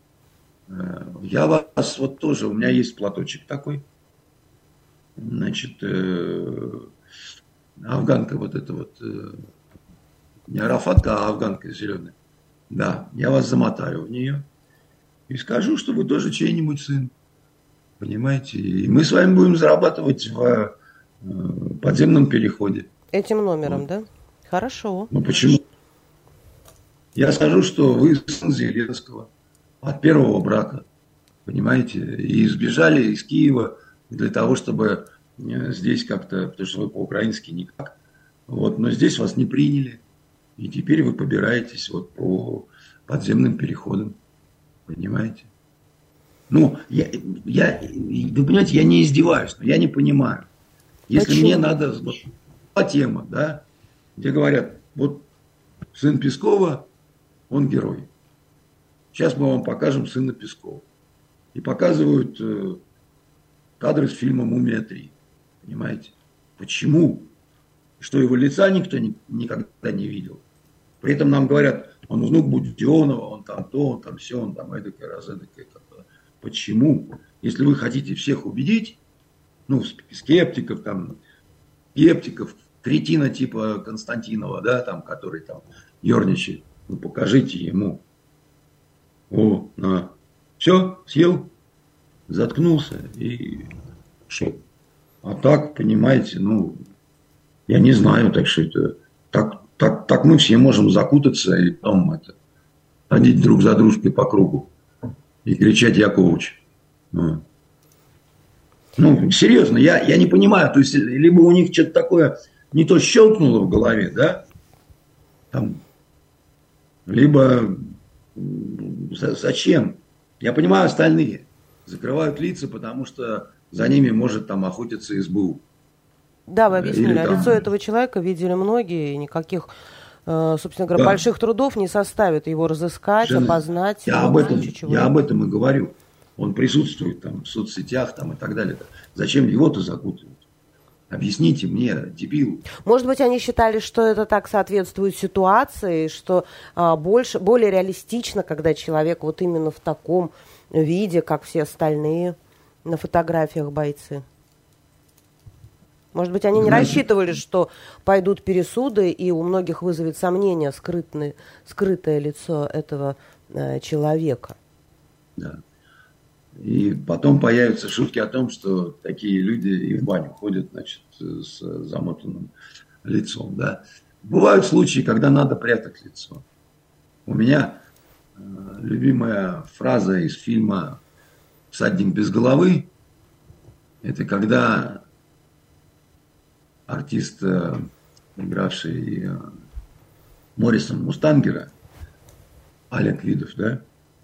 Я вас вот тоже, у меня есть платочек такой. Значит, афганка вот эта вот, не арафатка, а афганка зеленая. Да, я вас замотаю в нее и скажу, что вы тоже чей-нибудь сын. Понимаете? И мы с вами будем зарабатывать в подземном переходе. Этим номером, вот. Да? Хорошо. Ну почему? Я скажу, что вы сын Зеленского от первого брака. Понимаете? И сбежали из Киева для того, чтобы здесь как-то, потому что вы по-украински никак. Вот, но здесь вас не приняли. И теперь вы побираетесь вот по подземным переходам. Понимаете? Ну, вы понимаете, я не издеваюсь, но я не понимаю. Если Почему? мне надо... Вот, тема, да, где говорят, вот сын Пескова, он герой. Сейчас мы вам покажем сына Пескова. И показывают кадры из фильма «Мумия-3». Понимаете? Почему? Что его лица никто никогда не видел. При этом нам говорят, он внук Буденова, он там то, он там все, он там эдакое, разэдакое. Почему? Если вы хотите всех убедить, ну, скептиков, там, скептиков, кретина типа Константинова, да, там, который там ерничает, ну, покажите ему. О, на. Все, съел, заткнулся и шел. А так, понимаете, ну, я не знаю, так что это, так мы все можем закутаться и потом это, ходить друг за дружкой по кругу и кричать Яковлевич. Ну, серьезно, я не понимаю, то есть, либо у них что-то такое не то щелкнуло в голове, да, там, либо зачем? Я понимаю, остальные закрывают лица, потому что за ними может там охотиться СБУ. Да, вы объяснили. Или, там... Лицо этого человека видели многие, и никаких, собственно говоря, больших трудов не составит его разыскать, опознать. Я об этом и говорю. Он присутствует там в соцсетях там, и так далее. Зачем его-то закутывают? Объясните мне, дебил. Может быть, они считали, что это так соответствует ситуации, что более реалистично, когда человек вот именно в таком виде, как все остальные на фотографиях бойцы. Может быть, они не рассчитывали, что пойдут пересуды, и у многих вызовет сомнение скрытое лицо этого человека. Да. И потом появятся шутки о том, что такие люди и в баню ходят, значит, с замотанным лицом. Да. Бывают случаи, когда надо прятать лицо. У меня любимая фраза из фильма «Всадник без головы» – это когда артист, игравший Моррисон Мустангера, Олег Видов, да,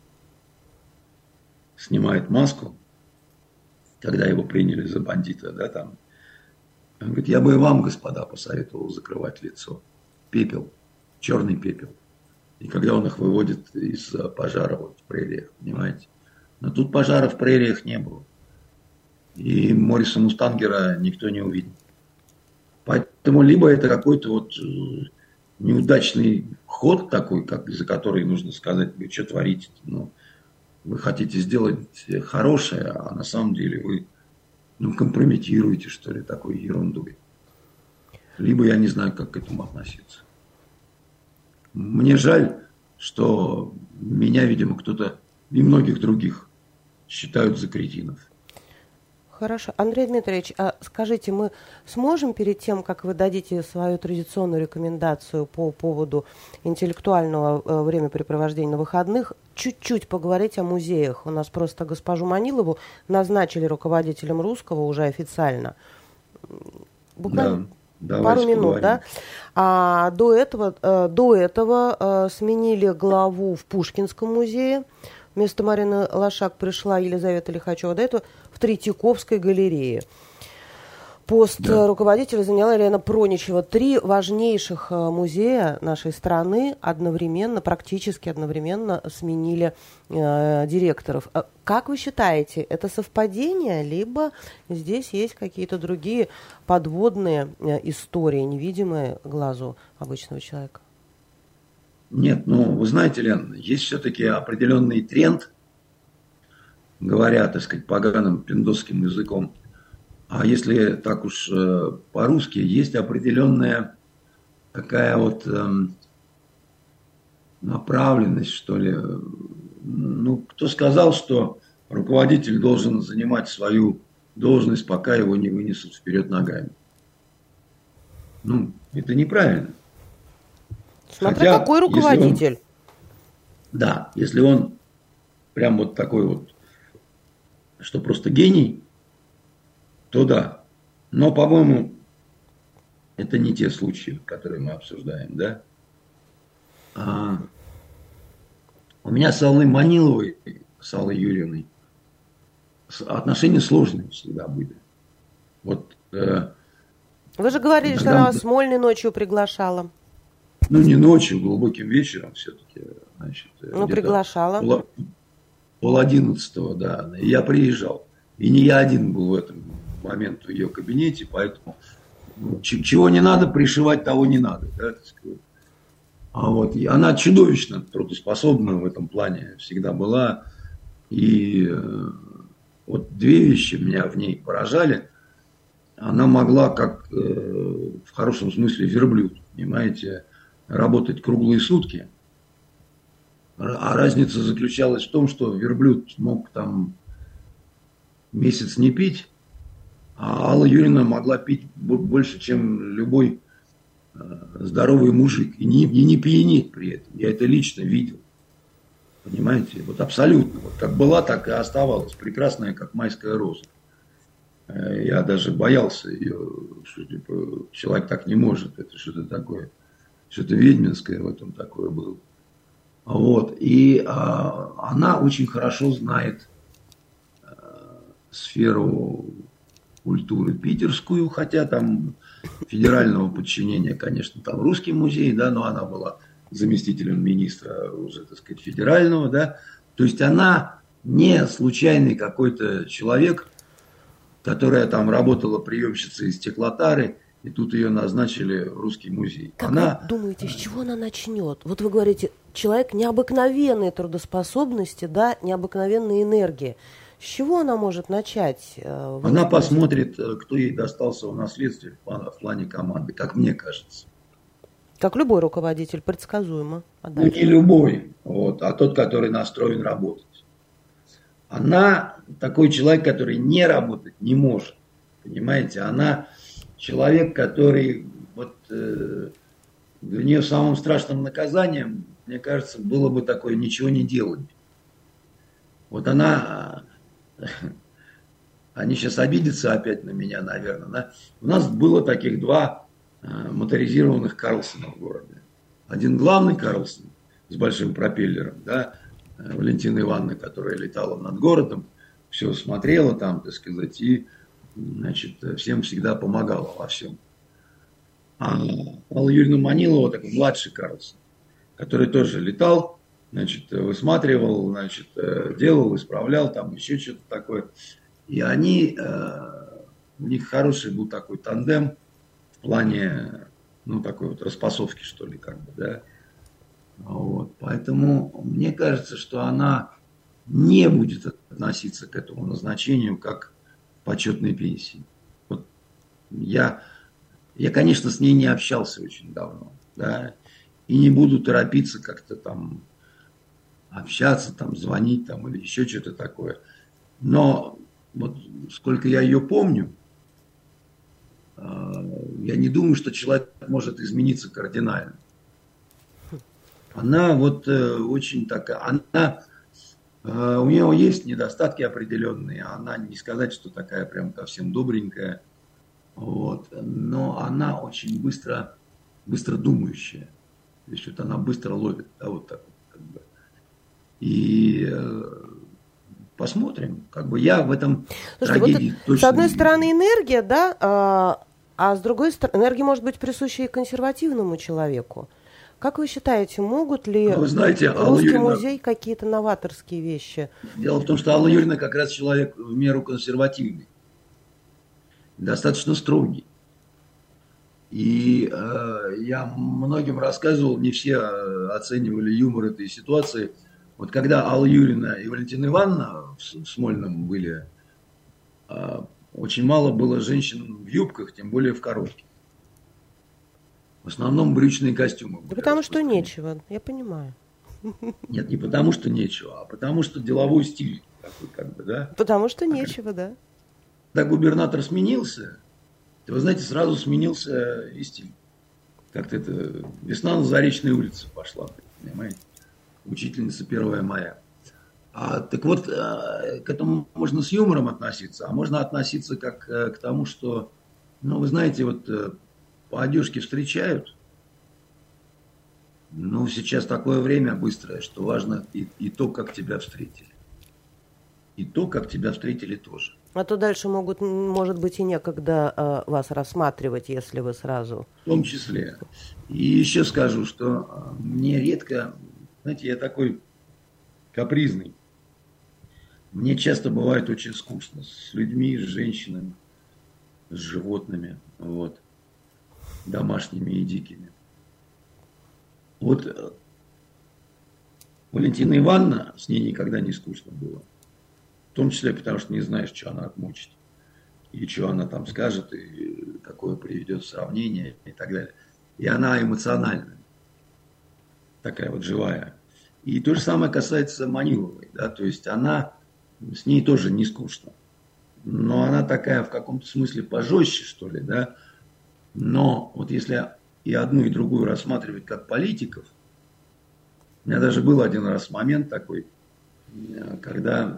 снимает маску, когда его приняли за бандита, да, там. Он говорит, я бы и вам, господа, посоветовал закрывать лицо. Пепел, черный пепел. И когда он их выводит из пожара вот в прериях, понимаете. Но тут пожара в прериях не было. И Морриса Мустангера никто не увидел. Поэтому либо это какой-то вот неудачный ход такой, за который нужно сказать, вы что творите, ну, вы хотите сделать хорошее, а на самом деле вы компрометируете, что ли, такой ерундой. Либо я не знаю, как к этому относиться. Мне жаль, что меня, видимо, кто-то и многих других считают за кретинов. Хорошо. Андрей Дмитриевич, а скажите, мы сможем перед тем, как вы дадите свою традиционную рекомендацию по поводу интеллектуального времяпрепровождения на выходных, чуть-чуть поговорить о музеях? У нас просто госпожу Манилову назначили руководителем Русского уже официально. Буквально пару минут, да? А до этого сменили главу в Пушкинском музее. Вместо Марины Лошак пришла Елизавета Лихачева. До этого в Третьяковской галерее. Пост руководителя заняла Елена Проничева. 3 важнейших музея нашей страны практически одновременно сменили директоров. Как вы считаете, это совпадение, либо здесь есть какие-то другие подводные истории, невидимые глазу обычного человека? Нет, вы знаете, Лен, есть все-таки определенный тренд, говоря, так сказать, поганым пиндосским языком. А если так уж по-русски, есть определенная такая вот направленность, что ли. Кто сказал, что руководитель должен занимать свою должность, пока его не вынесут вперед ногами? Это неправильно. Смотря какой руководитель. Если он прям вот такой вот, что просто гений, то да. Но, по-моему, это не те случаи, которые мы обсуждаем, да? У меня с Аллой Маниловой, с Аллой Юрьевной, отношения сложные всегда были. Вот, Вы же говорили, что она вас Смольной ночью приглашала. Ну, не ночью, глубоким вечером все-таки. Значит, ну, приглашала. 10:30, да. И я приезжал. И не я один был в этом момент в ее кабинете, поэтому чего не надо, пришивать того не надо. Да, так сказать. А вот, и она чудовищно трудоспособна в этом плане всегда была. И вот две вещи меня в ней поражали. Она могла, как в хорошем смысле верблюд, понимаете, работать круглые сутки. А разница заключалась в том, что верблюд мог там месяц не пить, а Алла Юрьевна могла пить больше, чем любой здоровый мужик. И не пьянеть при этом. Я это лично видел. Понимаете? Вот абсолютно. Вот как была, так и оставалась. Прекрасная, как майская роза. Я даже боялся ее, что типа, человек так не может. Это что-то такое. Что-то ведьминское в этом такое было. Вот. И она очень хорошо знает сферу культуры питерскую, хотя там федерального подчинения, конечно, там русский музей, да, но она была заместителем министра уже, так сказать, федерального, да. То есть она не случайный какой-то человек, которая там работала приемщицей из стеклотары, и тут ее назначили в русский музей. Как вы думаете, с чего она начнет? Вот вы говорите, человек необыкновенной трудоспособности, да, необыкновенной энергии. С чего она может начать? Она посмотрит, кто ей достался в наследстве в плане команды, как мне кажется. Как любой руководитель, предсказуемо. Ну, не любой, вот, а тот, который настроен работать. Она такой человек, который не работать не может. Понимаете, она человек, который вот для нее самым страшным наказанием, мне кажется, было бы такое ничего не делать. Вот она, они сейчас обидятся опять на меня, наверное. Да? У нас было таких два моторизированных Карлсона в городе. Один главный Карлсон с большим пропеллером, да, Валентина Ивановна, которая летала над городом, все смотрела там, так сказать, и, значит, всем всегда помогала во всем. А Алла Юрьевна Манилова, такой младший Карлсон, который тоже летал, значит, высматривал, значит, делал, исправлял, там еще что-то такое. И они, у них хороший был такой тандем в плане, ну, такой вот распасовки, что ли, как бы, да. Вот. Поэтому мне кажется, что она не будет относиться к этому назначению как к почетной пенсии. Вот я, конечно, с ней не общался очень давно, да, и не буду торопиться как-то там общаться, там, звонить там, или еще что-то такое. Но вот сколько я ее помню, я не думаю, что человек может измениться кардинально. Она вот очень такая, у нее есть недостатки определенные, она не сказать, что такая прям совсем добренькая, вот, но она очень быстро думающая, то есть вот она быстро ловит, да, вот так вот, как бы. И посмотрим, как бы я в этом трагедии вот точно с одной не вижу. стороны энергия, да, а с другой стороны энергия может быть присуща и консервативному человеку. Как вы считаете, могут ли вы знаете, русский музей какие-то новаторские вещи? Дело в том, что Алла Юрьевна как раз человек в меру консервативный, достаточно строгий. И я многим рассказывал, не все оценивали юмор этой ситуации. Вот когда Алла Юрьевна и Валентина Ивановна в Смольном были, очень мало было женщин в юбках, тем более в коротких. В основном брючные костюмы. Да потому что нечего, я понимаю. Нет, не потому что нечего, а потому что деловой стиль такой, как бы, да. Потому что нечего, да. Когда губернатор сменился, вы знаете, сразу сменился и стиль. Как-то это весна на Заречной улице пошла, понимаете, учительница 1 мая. Так вот, к этому можно с юмором относиться, а можно относиться как к тому, что, ну, вы знаете, вот по одежке встречают, Ну, сейчас такое время быстрое, что важно и то, как тебя встретили. И то, как тебя встретили тоже. А то дальше может быть, и некогда вас рассматривать, если вы сразу... В том числе. И еще скажу, что мне редко, знаете, я такой капризный. Мне часто бывает очень скучно с людьми, с женщинами, с животными, вот, домашними и дикими. Вот Валентина Ивановна, с ней никогда не скучно было. В том числе потому, что не знаешь, что она отмучит. И что она там скажет, и какое приведет сравнение, и так далее. И она эмоциональная. Такая вот живая. И то же самое касается Маниловой. Да? То есть она, с ней тоже не скучно. Но она такая в каком-то смысле пожестче, что ли. Да? Но вот если и одну, и другую рассматривать как политиков, у меня даже был один раз момент такой, когда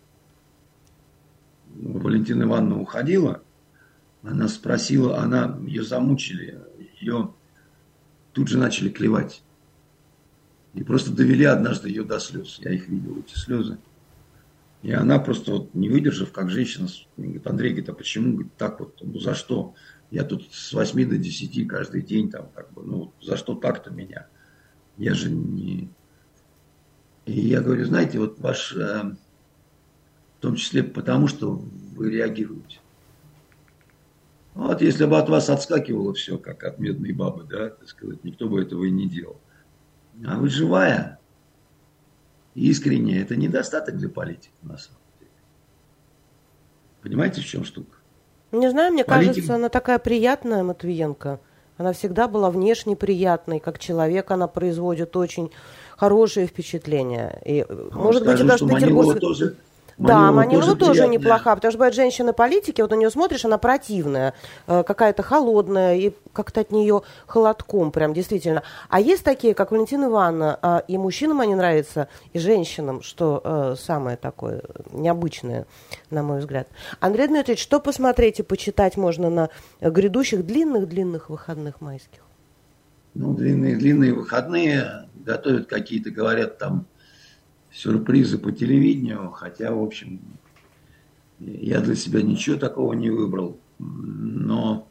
Валентина Ивановна уходила, она спросила, ее замучили, ее тут же начали клевать. И просто довели однажды ее до слез. Я их видел, эти слезы. И она просто вот не выдержав, как женщина, говорит, Андрей, говорит, а почему, говорит, так вот, ну за что? Я тут с 8 до 10 каждый день, там, как бы, ну за что так-то меня? Я же не... И я говорю, знаете, вот ваш, в том числе потому, что вы реагируете. Вот если бы от вас отскакивало все, как от медной бабы, да, так сказать, никто бы этого и не делал. А вы живая, искренняя, это недостаток для политика, на самом деле. Понимаете, в чем штука? Не знаю, мне Политик... кажется, она такая приятная, Матвиенко. Она всегда была внешне приятной, как человек она производит очень хорошие впечатления. И, может быть, это Манилова тоже... Да, Манилова тоже неплоха, потому что бывают женщины-политики, вот на нее смотришь, она противная, какая-то холодная, и как-то от нее холодком прям, действительно. А есть такие, как Валентина Ивановна, и мужчинам они нравятся, и женщинам, что самое такое необычное, на мой взгляд. Андрей Дмитриевич, что посмотреть и почитать можно на грядущих длинных-длинных выходных майских? Ну, длинные выходные, готовят какие-то, говорят, там, сюрпризы по телевидению, хотя, в общем, я для себя ничего такого не выбрал. Но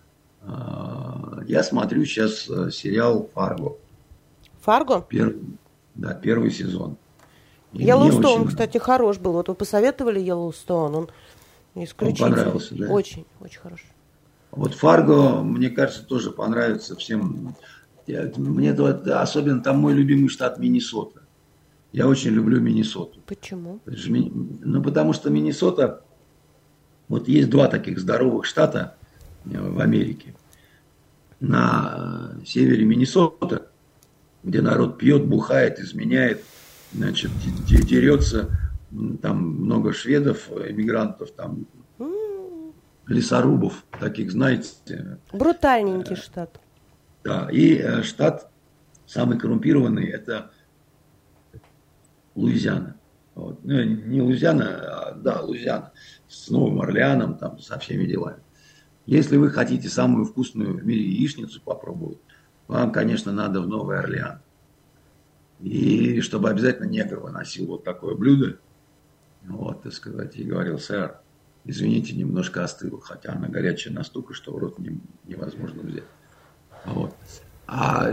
я смотрю сейчас сериал «Фарго». «Фарго»? Первый сезон. «Йеллоустоун», очень... кстати, хорош был. Вот вы посоветовали «Йеллоустоун», он исключительно. Он понравился, да? Очень, очень хороший. Вот «Фарго», мне кажется, тоже понравится всем. Мне особенно там мой любимый штат Миннесота. Я очень люблю Миннесоту. Почему? Ну, потому что Миннесота, вот есть два таких здоровых штата в Америке. На севере Миннесота, где народ пьет, бухает, изменяет, значит, дерется, там много шведов, эмигрантов, там лесорубов, таких, знаете. Брутальненький штат. Да, и штат самый коррумпированный, это Луизиана. Вот. Ну, не Луизиана, да, Луизиана. С Новым Орлеаном, там, со всеми делами. Если вы хотите самую вкусную в мире яичницу попробовать, вам, конечно, надо в Новый Орлеан. И чтобы обязательно негр выносил вот такое блюдо, вот, так сказать, и говорил, сэр, извините, немножко остыло, хотя она горячая настолько, что в рот невозможно взять. Вот. А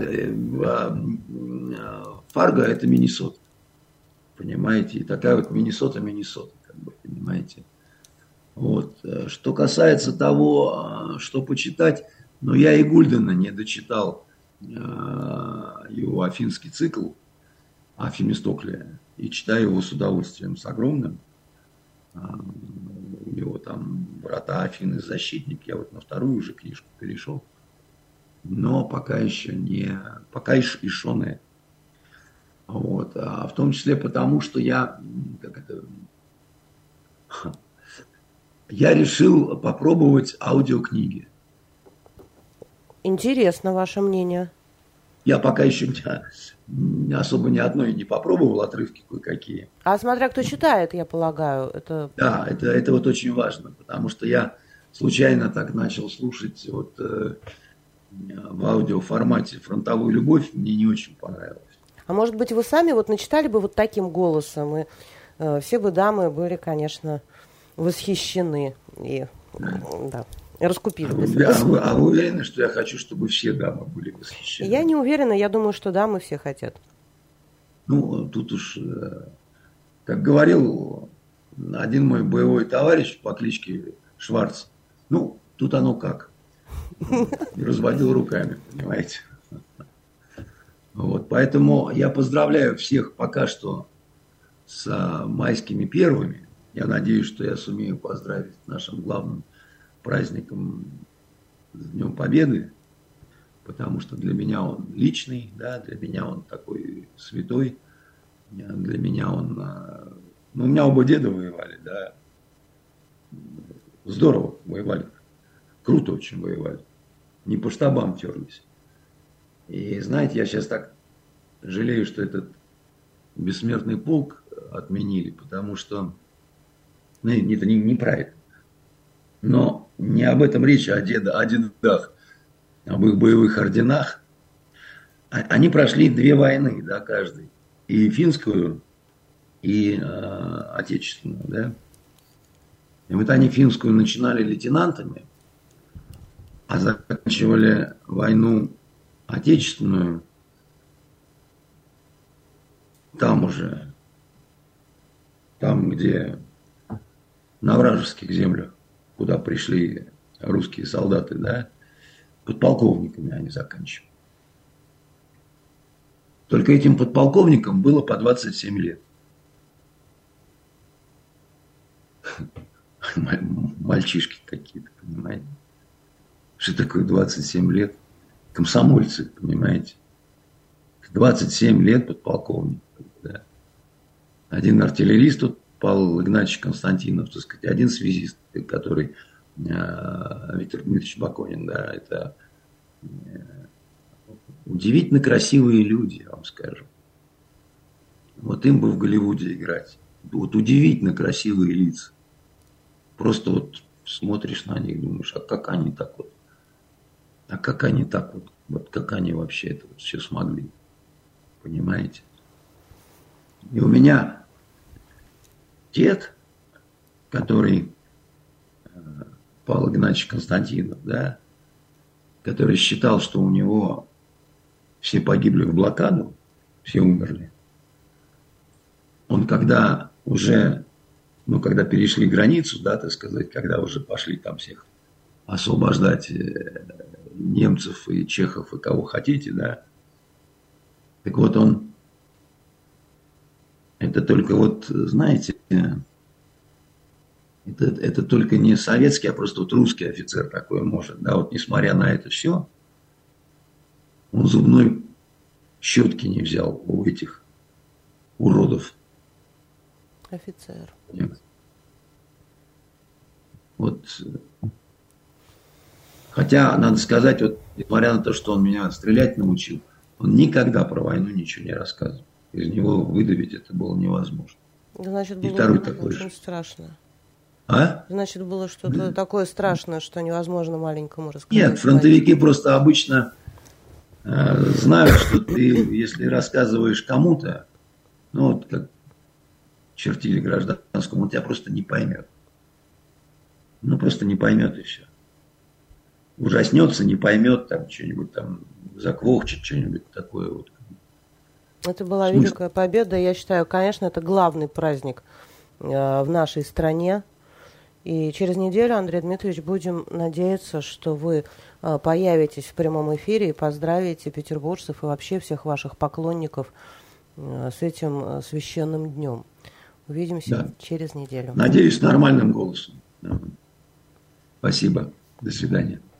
Фарго – это Миннесота. Понимаете, и такая вот Миннесота, как бы, понимаете. Вот. Что касается того, что почитать, но я и Гульдена не дочитал его «Афинский цикл» о Фемистокле, и читаю его с удовольствием, с огромным. У него там «Врата Афины», «Защитник», я вот на вторую уже книжку перешел, но пока еще не, вот. А в том числе потому, что я решил попробовать аудиокниги. Интересно ваше мнение. Я пока еще особо ни одной не попробовал, отрывки кое-какие. А смотря кто читает, я полагаю, это... Да, это вот очень важно, потому что я случайно так начал слушать вот в аудиоформате «Фронтовую любовь» мне не очень понравилось. А может быть, вы сами вот начитали бы вот таким голосом, и все бы дамы были, конечно, восхищены и, да, раскупили бы. А вы уверены, что я хочу, чтобы все дамы были восхищены? Я не уверена, я думаю, что дамы все хотят. Ну, тут уж, как говорил один мой боевой товарищ по кличке Шварц, ну, тут оно как. И разводил руками, понимаете. Вот, поэтому я поздравляю всех пока что с майскими первыми. Я надеюсь, что я сумею поздравить нашим главным праздником с Днем Победы, потому что для меня он личный, да, для меня он такой святой, для меня он... Ну, у меня оба деда воевали, да, здорово воевали, круто очень воевали, не по штабам терлись. И знаете, я сейчас так жалею, что этот бессмертный полк отменили, потому что, ну, это неправильно. Но не об этом речь, а о дедах, об их боевых орденах. Они прошли 2 войны, да, каждый. И финскую, и отечественную, да. И вот они финскую начинали лейтенантами, а заканчивали войну отечественную там уже, там, где на вражеских землях, куда пришли русские солдаты, да, подполковниками они заканчивали. Только этим подполковникам было по 27 лет. Мальчишки какие-то, понимаете. Что такое 27 лет? Комсомольцы, понимаете. 27 лет подполковник. Да. Один артиллерист, тут Павел Игнатьевич Константинов, так сказать, один связист, который Виктор Дмитриевич Бакунин, да, это удивительно красивые люди, я вам скажу. Вот им бы в Голливуде играть. Вот удивительно красивые лица. Просто вот смотришь на них, думаешь, а как они так вот? А как они так вот? Вот как они вообще это вот все смогли? Понимаете? И у меня дед, который Павел Игнатьевич Константинов, да, который считал, что у него все погибли в блокаду, все умерли. Он когда уже, ну, когда перешли границу, да, так сказать, когда уже пошли там всех освобождать немцев и чехов и кого хотите, да, так вот он, это только вот, знаете, это только не советский, а просто вот русский офицер такой может, да, вот несмотря на это все, он зубной щетки не взял у этих уродов. Офицер. Нет. Вот, хотя, надо сказать, вот, несмотря на то, что он меня стрелять научил, он никогда про войну ничего не рассказывал. Из него выдавить это было невозможно. Значит, и было второй такой очень же. Страшно. А? Значит, было что-то такое страшное, что невозможно маленькому рассказать. Нет, фронтовики просто обычно знают, что ты, если рассказываешь кому-то, ну, вот как чертили гражданскому, он тебя просто не поймет. Ну, просто не поймет и все. Ужаснется, не поймет, там, что-нибудь там заквохчет, что-нибудь такое вот. Это была великая победа. Я считаю, конечно, это главный праздник в нашей стране. И через неделю, Андрей Дмитриевич, будем надеяться, что вы появитесь в прямом эфире и поздравите петербуржцев и вообще всех ваших поклонников с этим священным днем. Увидимся через неделю. Надеюсь, нормальным голосом. Спасибо. До свидания.